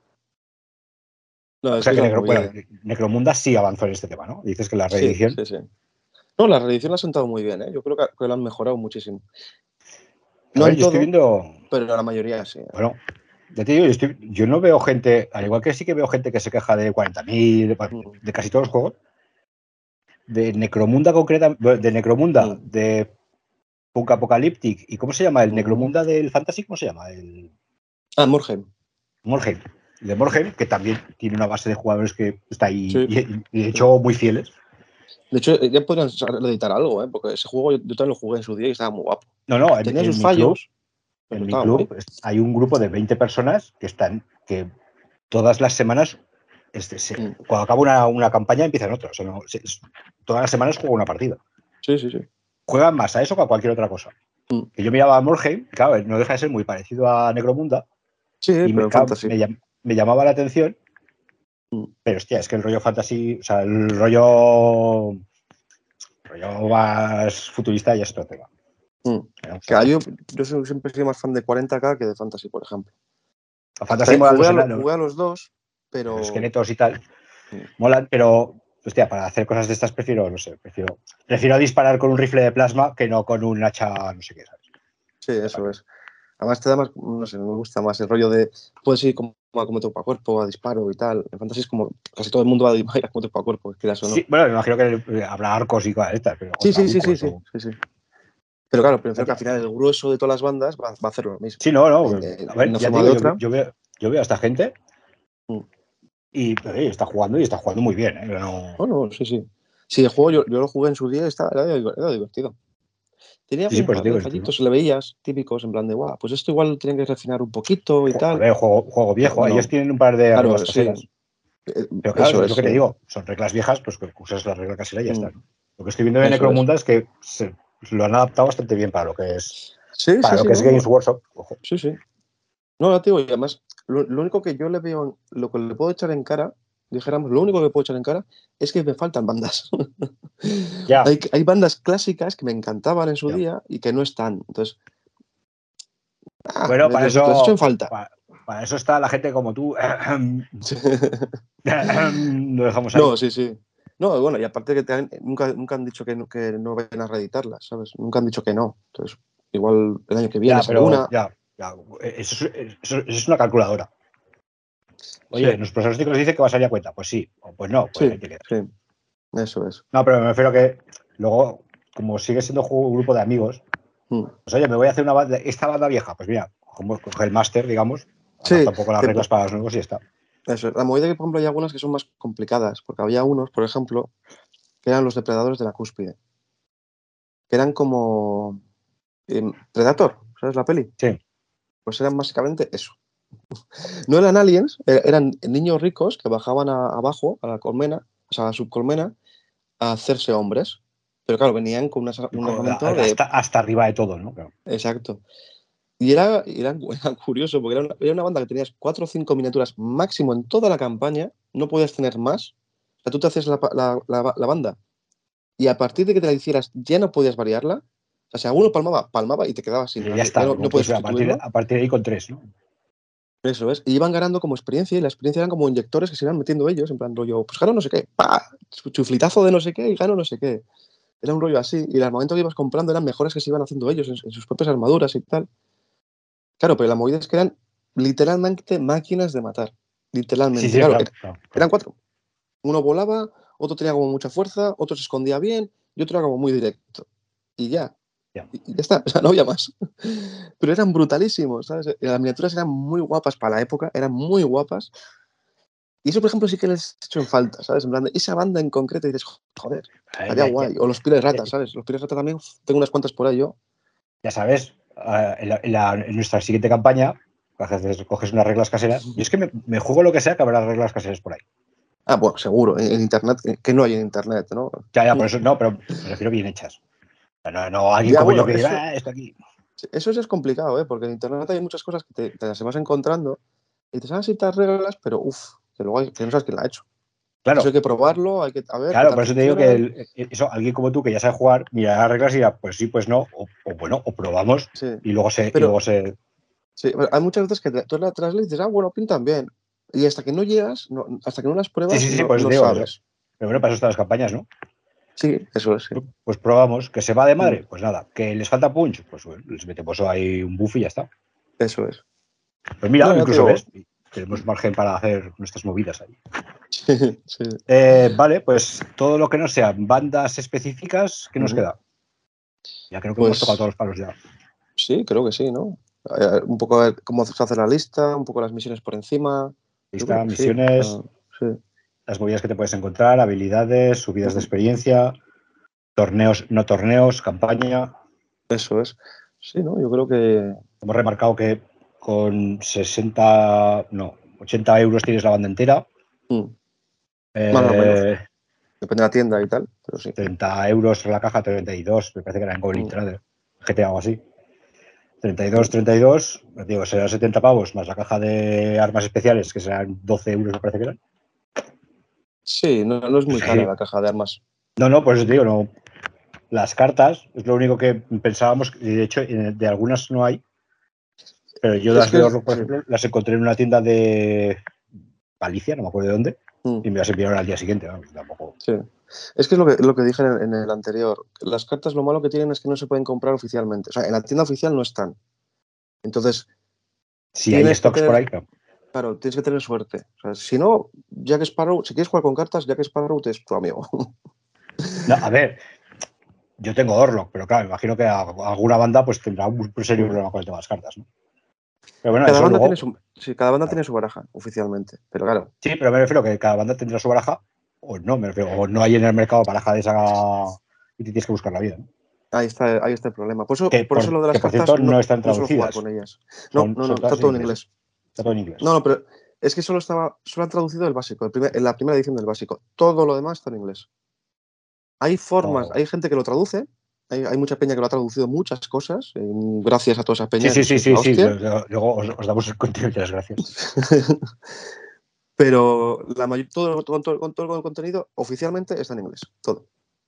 No, O es sea que es que la Necro, bueno, movida. Necromunda sí avanzó en este tema, ¿no? Dices que la Sí, reedición. sí, sí. No, la reedición la ha sentado muy bien, ¿eh? Yo creo que, que lo han mejorado muchísimo. A No ver, en yo estoy todo, viendo. pero la mayoría sí. ¿Eh? Bueno, ya te digo, yo, estoy- yo no veo gente, al igual que sí que veo gente que se queja de cuarenta mil, de, Mm, de casi todos los juegos, de Necromunda concreta, de Necromunda, mm, de Punk Apocalyptic, ¿y cómo se llama? El ujú. Necromunda del Fantasy, ¿cómo se llama? El Ah, Morgen. Morheim. De Morheim, que también tiene una base de jugadores que está ahí, Sí, y, y de sí. hecho muy fieles. De hecho, eh, ya podrían editar algo, ¿eh? Porque ese juego yo, yo también lo jugué en su día y estaba muy guapo. No, no, en, Tenía en sus mi club, fallos, pero en mi estaba guay. club hay un grupo de veinte personas que están, que todas las semanas, este, se, Mm. cuando acaba una, una campaña empiezan otras. O sea, no, se, todas las semanas juego una partida. Sí, sí, sí. Juegan más a eso que a cualquier otra cosa. Mm. Que yo miraba a Morheim, claro, no deja de ser muy parecido a Necromunda. Sí, y pero me, en fantasy. Me, me llamaba la atención. Mm. Pero hostia, es que el rollo fantasy, o sea, el rollo, rollo más futurista ya es otro tema. Mm. O sea, que yo, yo siempre he sido más fan de cuarenta K que de fantasy, por ejemplo. A fantasy mola, jugué, no a sé, lo, jugué a los dos, pero... Los esqueletos y tal. Mm. Molan, pero hostia, para hacer cosas de estas prefiero, no sé, prefiero, prefiero disparar con un rifle de plasma que no con un hacha, no sé qué, ¿sabes? Sí, eso vale. es. Además te da más, no sé, me gusta más el rollo de, puedes ir como a como cuerpo a cuerpo, a disparo y tal. En fantasy es como, casi todo el mundo va a ir a como cuerpo a cuerpo, quieras o no. Sí, bueno, me imagino que habrá arcos y cosas estas, pero sí, sí, sí, sí, sí, o... sí, sí. Pero claro, pero que al final el grueso de todas las bandas va, va a hacer lo mismo. Sí, no, no. Eh, a ver, una ya forma digo, de yo, otra. Yo, veo, yo veo a esta gente mm. y eh, está jugando y está jugando muy bien. ¿eh? No... Oh, no, sí, sí. Sí, el juego yo, yo lo jugué en su día y estaba, era, era divertido. Tenía sí, sí, un pues par digo, de fallitos, se le veías típicos en plan de, guau, pues esto igual tienen que refinar un poquito y tal. A ver, juego, juego viejo, bueno, ellos tienen un par de claro, reglas caseras. Sí. Pero claro, Eso es, es lo que te sí. digo, son reglas viejas, pues que usas la regla casera y ya mm. está. ¿no? Lo que estoy viendo de Necromunda es. es que se, lo han adaptado bastante bien para lo que es, sí, para sí, lo sí, que es no, Games no. Workshop. Ojo. Sí, sí. No, ya te digo, y además, lo, lo único que yo le veo, lo que le puedo echar en cara, dijéramos, lo único que puedo echar en cara es que me faltan bandas. Ya. hay, hay bandas clásicas que me encantaban en su ya. día y que no están. Entonces, ah, bueno, para les, eso, les echo en falta. Para, para eso está la gente como tú. Lo dejamos ahí. No, sí, sí. No, bueno, y aparte que te han, nunca, nunca han dicho que no, que no vayan a reeditarlas, ¿sabes? Nunca han dicho que no. Entonces, igual el año que viene Ya, sale pero una. ya, ya. Eso, eso, eso es una calculadora. Oye, Sí. los pronósticos dicen que va a salir a cuenta. Pues sí, o pues no, pues Sí, ahí te quedas. sí. Eso es. No, pero me refiero a que luego, como sigue siendo un grupo de amigos, Mm. pues oye, me voy a hacer una banda, esta banda vieja, pues mira, como coge el máster, digamos, Sí, adapta un poco las te, reglas para los nuevos y ya está. eso. La movida es que, por ejemplo, hay algunas que son más complicadas, porque había unos, por ejemplo, que eran los depredadores de la cúspide, que eran como eh, Predator, ¿sabes la peli? Sí. Pues eran básicamente eso. No eran aliens, eran niños ricos que bajaban a, abajo, a la colmena, o sea, a la subcolmena, a hacerse hombres. Pero claro, venían con una, un armamento de... Hasta, hasta arriba de todo, ¿no? Claro. Exacto. Y era, era, era curioso, porque era una, era una banda que tenías cuatro o cinco miniaturas máximo en toda la campaña, no podías tener más. O sea, tú te haces la, la, la, la banda y a partir de que te la hicieras ya no podías variarla. O sea, si alguno palmaba, palmaba y te quedabas sin... Y ya está, Ya no, no puedes pues a partir, sustituirlo. a partir de ahí con tres, ¿no? Eso es. Y iban ganando como experiencia y la experiencia eran como inyectores que se iban metiendo ellos, en plan rollo, pues gano no sé qué, ¡pah! Chuflitazo de no sé qué y gano no sé qué. Era un rollo así. Y al momento que ibas comprando eran mejores que se iban haciendo ellos en, en sus propias armaduras y tal. Claro, pero la movida es que eran literalmente máquinas de matar. Literalmente. Sí, sí, claro, claro, era, claro, claro. eran cuatro. Uno volaba, otro tenía como mucha fuerza, otro se escondía bien y otro era como muy directo. Y ya. Ya. Y, y ya está. O sea, no había más. Pero eran brutalísimos, ¿sabes? Las miniaturas eran muy guapas para la época, eran muy guapas. Y eso, por ejemplo, sí que les he hecho en falta, ¿sabes? En plan, de esa banda en concreto y dices, joder, estaría ya, guay. ya, O los Pires Ratas, ya, ¿sabes? Los Pires Ratas también, uf, tengo unas cuantas por ahí yo. ya sabes, en, la, en, la, en nuestra siguiente campaña, coges, coges unas reglas caseras. Y es que me, me juego lo que sea que habrá reglas caseras por ahí. Ah, bueno, seguro, en, en internet, que no hay en internet, ¿no? Ya, ya, por eso no, pero me refiero bien hechas. No, no alguien Ya, como yo bueno, que eso, diga, ah, esto aquí. eso sí es complicado, ¿eh? Porque en internet hay muchas cosas que te, te las vas encontrando y te salen ciertas reglas, pero uff, que luego hay, que no sabes quién la ha hecho. Claro. Eso hay que probarlo, hay que a ver qué Claro, tal por eso te digo que funcionan. el, eso, alguien como tú que ya sabe jugar, mira las reglas y dirá, pues sí, pues no, o, o bueno, o probamos Sí. y luego se, y Pero luego se. sí, hay muchas veces que tú la traes y dices, ah, bueno, pintan bien. Y hasta que no llegas, no, hasta que no las Sí, pruebas, sí, sí, no, pues no te digo eso. sabes. Pero bueno, para eso están las campañas, ¿no? Sí, eso es, sí. Pues probamos, que se va de Mm. madre, pues nada, que les falta punch, pues bueno, les metemos ahí un buff y ya está. Eso es. Pues mira, No, ya te incluso digo. ves, tenemos margen para hacer nuestras movidas ahí. Sí, sí. Eh, vale, pues todo lo que no sean bandas específicas, ¿qué nos Uh-huh. queda? Ya creo que Pues, hemos tocado todos los palos ya. Sí, creo que sí, ¿no? Eh, un poco a ver cómo se hace la lista, un poco las misiones por encima. Yo creo Lista, que sí. misiones, Uh, sí. las movidas que te puedes encontrar, habilidades, subidas de Uh-huh. experiencia, torneos, no torneos, campaña. Eso es. Sí, ¿no? Yo creo que... Hemos remarcado que con sesenta, no, ochenta euros tienes la banda entera. Mm. Eh, Más o menos. Depende de la tienda y tal, pero sí. treinta euros la caja, treinta y dos, me parece que era en Goblin Mm. Trader, G T A o algo así. treinta y dos, treinta y dos, digo, serán setenta pavos más la caja de armas especiales, que serán doce euros, me parece que eran. Sí, no, no es muy Sí. cara la caja de armas. No, no, por eso te digo, no. Las cartas es lo único que pensábamos, y de hecho de algunas no hay, pero yo Es las que, de Orlok, por sí. ejemplo, las encontré en una tienda de Galicia, no me acuerdo de dónde, Mm. y me las enviaron al día siguiente, ¿no? Tampoco. Sí. Es que es lo que, lo que dije en, en el anterior. Las cartas lo malo que tienen es que no se pueden comprar oficialmente. O sea, en la tienda oficial no están. Entonces, Si hay tienes que stocks por tener, ahí, claro. claro, tienes que tener suerte. O sea, si no, Jack Sparrow, si quieres jugar con cartas, Jack Sparrow es tu amigo. No, a ver, yo tengo Orlok, pero claro, me imagino que alguna banda pues tendrá un serio problema con el tema de las cartas, ¿no? Pero bueno, Cada eso banda luego. tiene su, sí, cada banda Claro. tiene su baraja, oficialmente. Pero claro. Sí, pero me refiero que cada banda tendrá su baraja, o no, me refiero, o no hay en el mercado baraja de esa y te tienes que buscar la vida, ¿no? Ahí está, ahí está el problema. Por eso, Que por eso por, lo de que las por cartas cierto no, no están no suelo jugar traducidas. con ellas. No, Son, no, no, son está todas en todo en inglés. inglés. Está todo en inglés. No, no, pero es que solo estaba, solo han traducido el básico, el primer, en la primera edición del básico. Todo lo demás está en inglés. Hay formas, No. hay gente que lo traduce, hay, hay mucha peña que lo ha traducido muchas cosas, eh, gracias a toda esa Sí, peña, sí, que sí, sois sí, la sí. hostia. Luego os, os damos el contenido y las gracias. Pero la mayor, todo, todo, todo, todo el contenido oficialmente está en inglés, todo.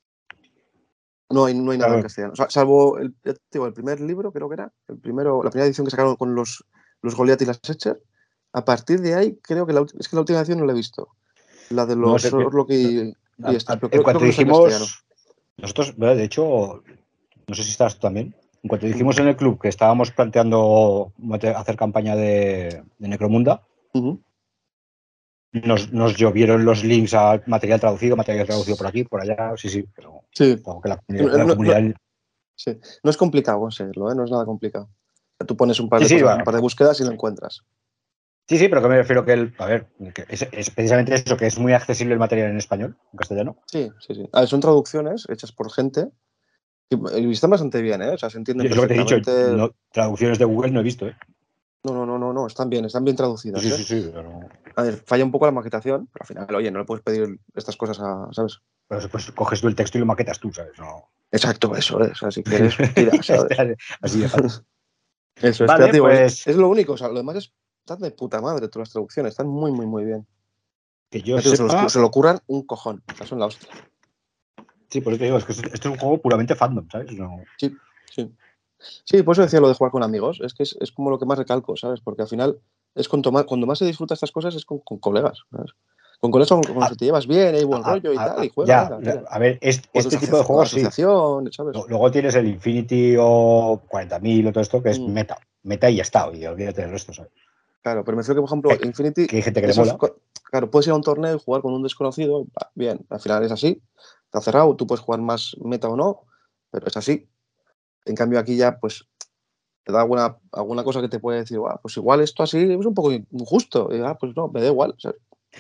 No hay, no hay nada en Claro. castellano. O sea, salvo el, digo, el primer libro, creo que era, el primero, la primera edición que sacaron con los, los Goliath y las Etcher. A partir de ahí, creo que la, es que la última edición no la he visto. La de No los sé, Orlok y, a, y a, estas, pero en creo, creo cuanto que no está en castellano. dijimos, nosotros, bueno, de hecho, no sé si estás tú también, en cuanto dijimos Uh-huh. en el club que estábamos planteando hacer campaña de, de Necromunda, Uh-huh. nos, nos llovieron los links a material traducido, material traducido por aquí, por allá, sí, sí, pero Sí. como que la No, comunidad, la no, comunidad... no, sí. No es complicado conseguirlo, ¿eh? No es nada complicado. O sea, tú pones un par Sí, de sí, cosas, un bueno, par de búsquedas y lo encuentras. sí, sí, pero que me refiero que el, a ver, que es, es precisamente eso, que es muy accesible el material en español, en castellano. Sí, sí, sí. A ver, son traducciones hechas por gente y, y están bastante bien, ¿eh? O sea, se entienden Es lo que te he dicho, perfectamente. no, traducciones de Google no he visto, ¿eh? No, no, no, no, no, están bien, están bien Sí, traducidas, sí, ¿eh? sí, sí, pero... A ver, falla un poco la maquetación, pero al final, oye, no le puedes pedir estas cosas a, ¿sabes? Pero después coges tú el texto y lo maquetas tú, ¿sabes? No. Exacto, eso es. O sea, si quieres, tira, ¿sabes? Así de fácil. Eso es, pero Vale, digo, es, pues es lo único, o sea, lo demás es, están de puta madre todas las traducciones, están muy, muy, muy bien. que yo Ya te digo, se, los, sepa, se lo curan un cojón, o sea, son la hostia. sí, por eso te digo, es que esto, esto es un juego puramente fandom, ¿sabes? No. Sí, sí. Sí, por eso decía lo de jugar con amigos, es que es, es como lo que más recalco, ¿sabes? Porque al final es cuanto más, cuando más se disfruta estas cosas es con, con colegas, ¿sabes? Con colegas con, con los A, que te llevas bien, hay buen a, rollo y a, tal, a, y juega, ya, venga, tira. a ver, es, O, este tipo de o juegos sí. asociación, ¿sabes? Luego tienes el Infinity o cuarenta mil o todo esto, que es Mm, meta. Meta y ya está, y olvídate del resto, ¿sabes? claro, pero me refiero que, por ejemplo, Que, Infinity, que hay gente que le esos, mola. co- claro, puedes ir a un torneo y jugar con un desconocido, va, bien, al final es así, está cerrado, tú puedes jugar más meta o no, pero es así. En cambio, aquí ya, pues, te da alguna, alguna cosa que te puede decir, "Buah, pues igual esto así es un poco injusto". Y, ah, pues no, me da igual, ¿sabes?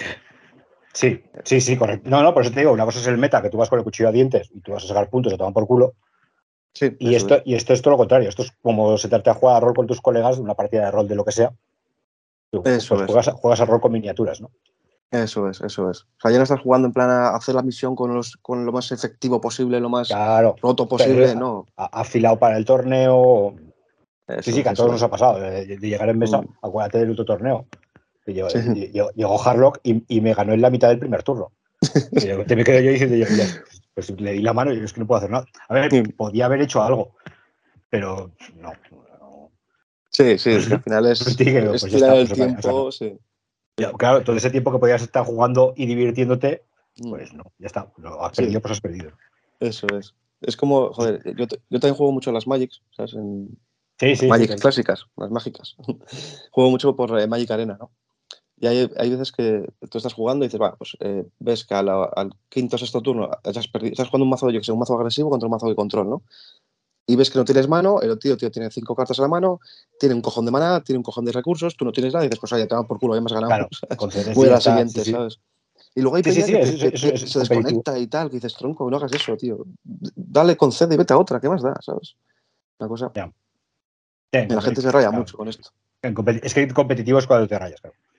Sí, sí, sí, correcto. No, no, por eso te digo, una cosa es el meta, que tú vas con el cuchillo a dientes y tú vas a sacar puntos y te toman por culo. Sí, Y eso esto, es. y esto es todo lo contrario. Esto es como sentarte a jugar a rol con tus colegas, una partida de rol de lo que sea. Pues Eso es. juegas, juegas a rol con miniaturas, ¿no? Eso es, eso es. O sea, ya no estás jugando en plan a hacer la misión con, los, con lo más efectivo posible, lo más Claro, roto pero posible, no. afilado para el torneo. Sí, Eso sí, es, que a todos eso nos es. ha pasado, de, de llegar en mesa, Mm. acuérdate del otro torneo. Que llegó, Sí, llegó, llegó Harlock y, y, me ganó en la mitad del primer turno. Y yo, te me quedo yo diciendo, yo, ya, pues le di la mano y yo es que no puedo hacer nada. A ver, sí, podía haber hecho algo, pero no. no. sí, sí, es que al final Pues, es, es pues ya tirar está, el pues vaya, o sea, tiempo, sí. ya, claro, todo ese tiempo que podías estar jugando y divirtiéndote, Mm. pues no, ya está. Lo has Sí, perdido, pues has perdido. eso es. Es como, joder, yo, te- yo también juego mucho a las Magics, ¿sabes? En Sí, las sí, sí. Magics sí. clásicas, las mágicas. Juego mucho por eh, Magic Arena, ¿no? Y hay, hay veces que tú estás jugando y dices, va, pues eh, ves que a la- al quinto o sexto turno has perdido, estás jugando un mazo, yo que sé, un mazo agresivo contra un mazo de control, ¿no? Y ves que no tienes mano, el tío, tío tiene cinco cartas a la mano, tiene un cojón de maná, tiene un cojón de recursos, tú no tienes nada y dices, pues oye, te van por culo, ya me has ganado, Claro, ¿sabes? concedes Voy y a ya la está. Sí, siguiente, sí. ¿sabes? Y luego hay Sí, sí, peña sí, que, te, eso, que eso, te- eso es se competitivo. desconecta y tal, que dices, tronco, no hagas eso, tío. Dale, concede y vete a otra, ¿qué más da? ¿Sabes? Una cosa. Ya. Sí, en Y la gente competi- se raya claro. mucho con esto. En competi- es que competitivo es cuando te rayas, claro.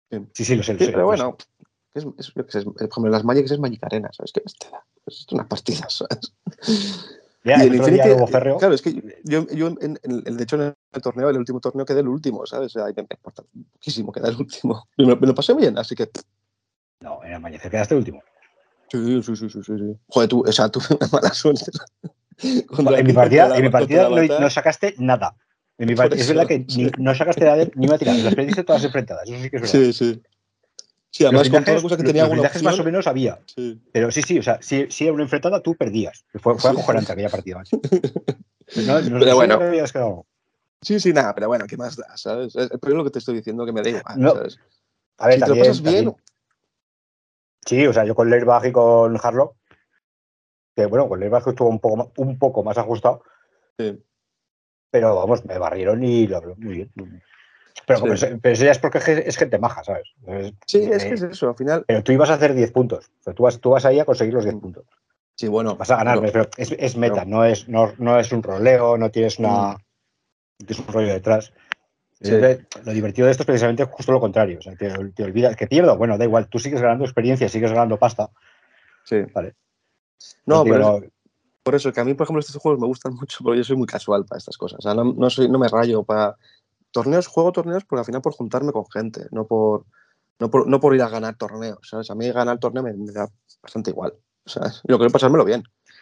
Sí, sí, lo sé. Lo sí sé pero lo bueno, sé. es, es, es, es, es, como las Magic es Magic Arena, ¿sabes? ¿Qué más te da? Es unas partidas, ¿sabes? Ya, Y el en otro día Infinity, luego Ferreo. claro, es que yo, yo en, en, en, de hecho, en el torneo, el último torneo quedé el último, ¿sabes? O sea, me importa poquísimo quedar el último. Me, me lo pasé bien, así que. No, en Amanecer quedaste último. Sí, sí, sí, sí, sí. Joder, tú, o sea, tuve una mala suerte. En mi partida, en mi partida no, no sacaste nada. En mi partida, es verdad que sí. ni, no sacaste nada de, ni una tirada. Las perdiste todas enfrentadas, eso sí que es verdad. Sí, sí. Sí, Los además con toda blindajes, cosa que los, tenía los alguna blindajes más o opción. menos había. Sí. Pero sí, sí, o sea, si, si era una enfrentada, tú perdías. Fue, fue Sí. acojonante aquella partida, macho. No, no, Pero no sabía bueno. que habías quedado. Sí, sí, nada, pero bueno, ¿qué más da? ¿Sabes? Pero es lo que te estoy diciendo, que me da igual, No. ¿sabes? A ver, Si te lo también, pasas bien. también. Sí, o sea, yo con Leirbach y con Harlock, que bueno, con Leirbach estuvo un poco, más, un poco más ajustado. Sí. Pero vamos, me barrieron y lo habló muy bien. Pero, Sí. pero, pero eso ya es porque es gente maja, ¿sabes? Entonces, Sí, eh, es que es eso, al final. Pero tú ibas a hacer diez puntos. O sea, tú, vas, tú vas ahí a conseguir los diez puntos. Sí, bueno. Vas a ganar, Pero, pero es, es meta, pero, no, es, no, no es un roleo, no tienes, una, mm, no tienes un rollo detrás. sí. Lo divertido de esto es precisamente justo lo contrario. O sea, te, te olvidas que pierdo. Bueno, da igual, tú sigues ganando experiencia, sigues ganando pasta. Sí. Vale. No, Digo, pero es, no, por eso que a mí, por ejemplo, estos juegos me gustan mucho porque yo soy muy casual para estas cosas. O sea, no, no, soy, no me rayo para. Torneos, juego torneos, pero al final por juntarme con gente, no por, no por, no por ir a ganar torneos, ¿sabes? A mí ganar el torneo me, me da bastante igual, ¿sabes? Yo quiero pasármelo bien.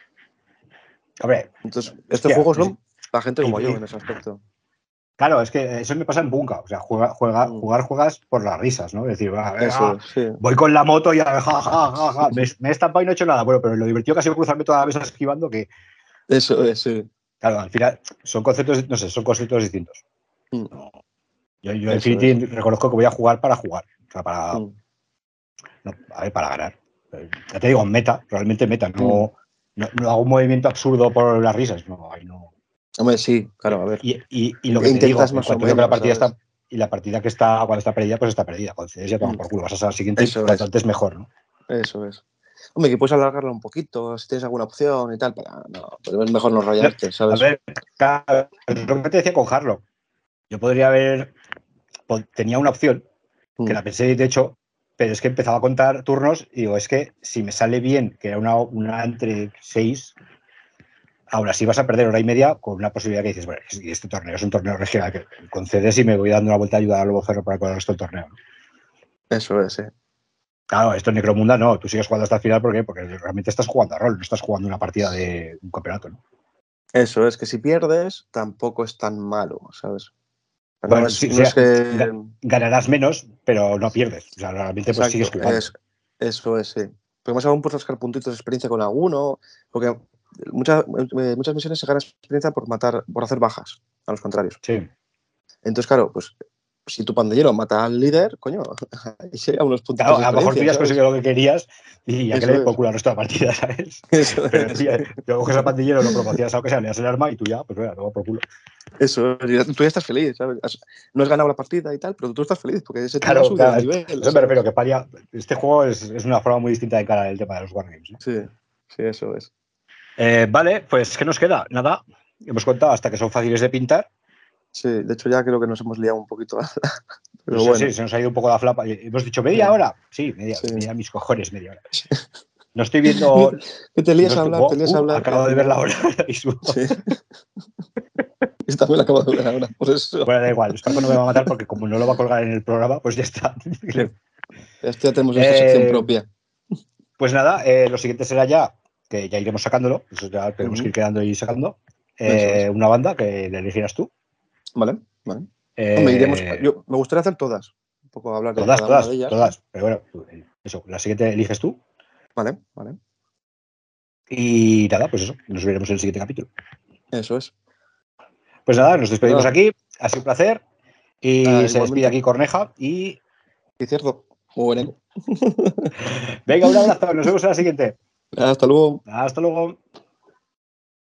hombre, Entonces, estos hostia, juegos es, son para gente y, como yo y, en ese aspecto. claro, es que eso me pasa en Bunka. O sea, juega, juega, Mm, jugar juegas por las risas, ¿no? Es decir, va, eso venga, es, sí. voy con la moto y ja, ja, ja, ja, me, me he estampado y no he hecho nada. Bueno, pero lo divertido que ha sido cruzarme toda la mesa esquivando que, Eso es, sí. claro, al final son conceptos, no sé, son conceptos distintos. Mm, No, yo, yo en eso Infinity es. reconozco que voy a jugar para jugar. O sea, para, Mm, no, a ver, para ganar. Ya te digo, meta, realmente meta. mm. No, no, no hago un movimiento absurdo por las risas. No, ahí no. Hombre, sí, claro, a ver. Y, y, y lo que te digo, Intentas en más o cuanto veo que la menos, partida ¿sabes? está. Y la partida que está, cuando está perdida, pues está perdida. Cuando cedes ya toma Mm, por culo. Vas a la siguiente y eso cuanto es, antes mejor, ¿no? eso es. Hombre, que puedes alargarlo un poquito, si tienes alguna opción y tal, pero no, pero es mejor no No, rayarte, a ¿sabes? ver, claro, es lo que te decía con Harlock. Yo podría haber. Tenía una opción que Mm, la pensé, de hecho, pero es que empezaba a contar turnos y digo, es que si me sale bien, que era una, una entre seis, ahora sí vas a perder hora y media con una posibilidad que dices, bueno, y este torneo es un torneo regional que concedes y me voy dando una vuelta a ayudar a Lobo Ferro para con el resto del torneo. ¿No? eso es, sí. Claro, esto en Necromunda no, tú sigues jugando hasta el final ¿por qué? Porque realmente estás jugando a rol, no estás jugando una partida de un campeonato, ¿no? Eso es, que si pierdes tampoco es tan malo, ¿sabes? No Bueno, es, sí, o no es sea, que. ganarás menos, pero no pierdes. O sea, realmente pues sigues Exacto, jugando. es, eso es, sí. Pero más aún por rascar puntitos de experiencia con alguno, porque muchas, muchas misiones se gana experiencia por matar, por hacer bajas a los contrarios. Sí. Entonces, claro, pues si tu pandillero mata al líder, coño, ahí sería unos puntitos Claro, de a lo mejor tú experiencia, ya has ¿sabes? conseguido lo que querías y ya que le Eso den por es, culo al resto de la partida, ¿sabes? eso Pero es, tía, tú coges al pandillero, lo promocionas a lo que sea, le das el arma y tú ya, pues venga, toma por culo. eso es. Tú ya estás feliz, ¿sabes? No has ganado la partida y tal, pero tú estás feliz porque ese tío ha Claro, subido de claro, nivel, eso me refiero, ¿sabes? que paria, este juego es, es, una forma muy distinta de encarar el tema de los wargames. ¿No? Sí, sí, eso es. Eh, vale, pues ¿qué nos queda? Nada, hemos contado hasta que son fáciles de pintar. Sí, de hecho ya creo que nos hemos liado un poquito, pero Sí, sí, bueno. se nos ha ido un poco la flapa. Hemos dicho media Sí, hora. Sí, media, sí. media mis cojones, media hora. No estoy viendo. Que te No lías a estoy, hablar, te oh, lías a uh, hablar y al acabo de ver la final. hora ahora mismo. Sí. Yo también lo acabo de ver ahora, por eso. Bueno, da igual, Sparco no me va a matar porque como no lo va a colgar en el programa, pues ya está. Este ya tenemos nuestra sección eh, propia. pues nada, eh, lo siguiente será ya, que ya iremos sacándolo, eso ya tenemos que Uh-huh. ir quedando y sacando, Eso eh, es. una banda que le elegirás tú. Vale, vale. Hombre, iremos. Eh, Yo me gustaría hacer todas. Un poco hablar de todas, cada una de todas, ellas. todas. Pero bueno, eso, la siguiente eliges tú. Vale, vale. Y nada, pues eso, nos veremos en el siguiente capítulo. Eso es. Pues nada, nos despedimos Nada. aquí, ha sido un placer. Y Ah, se despide igualmente. aquí Corneja y. Sí, cierto. Muy buen eco. Venga, un abrazo, nos vemos en la siguiente. Hasta luego. Hasta luego.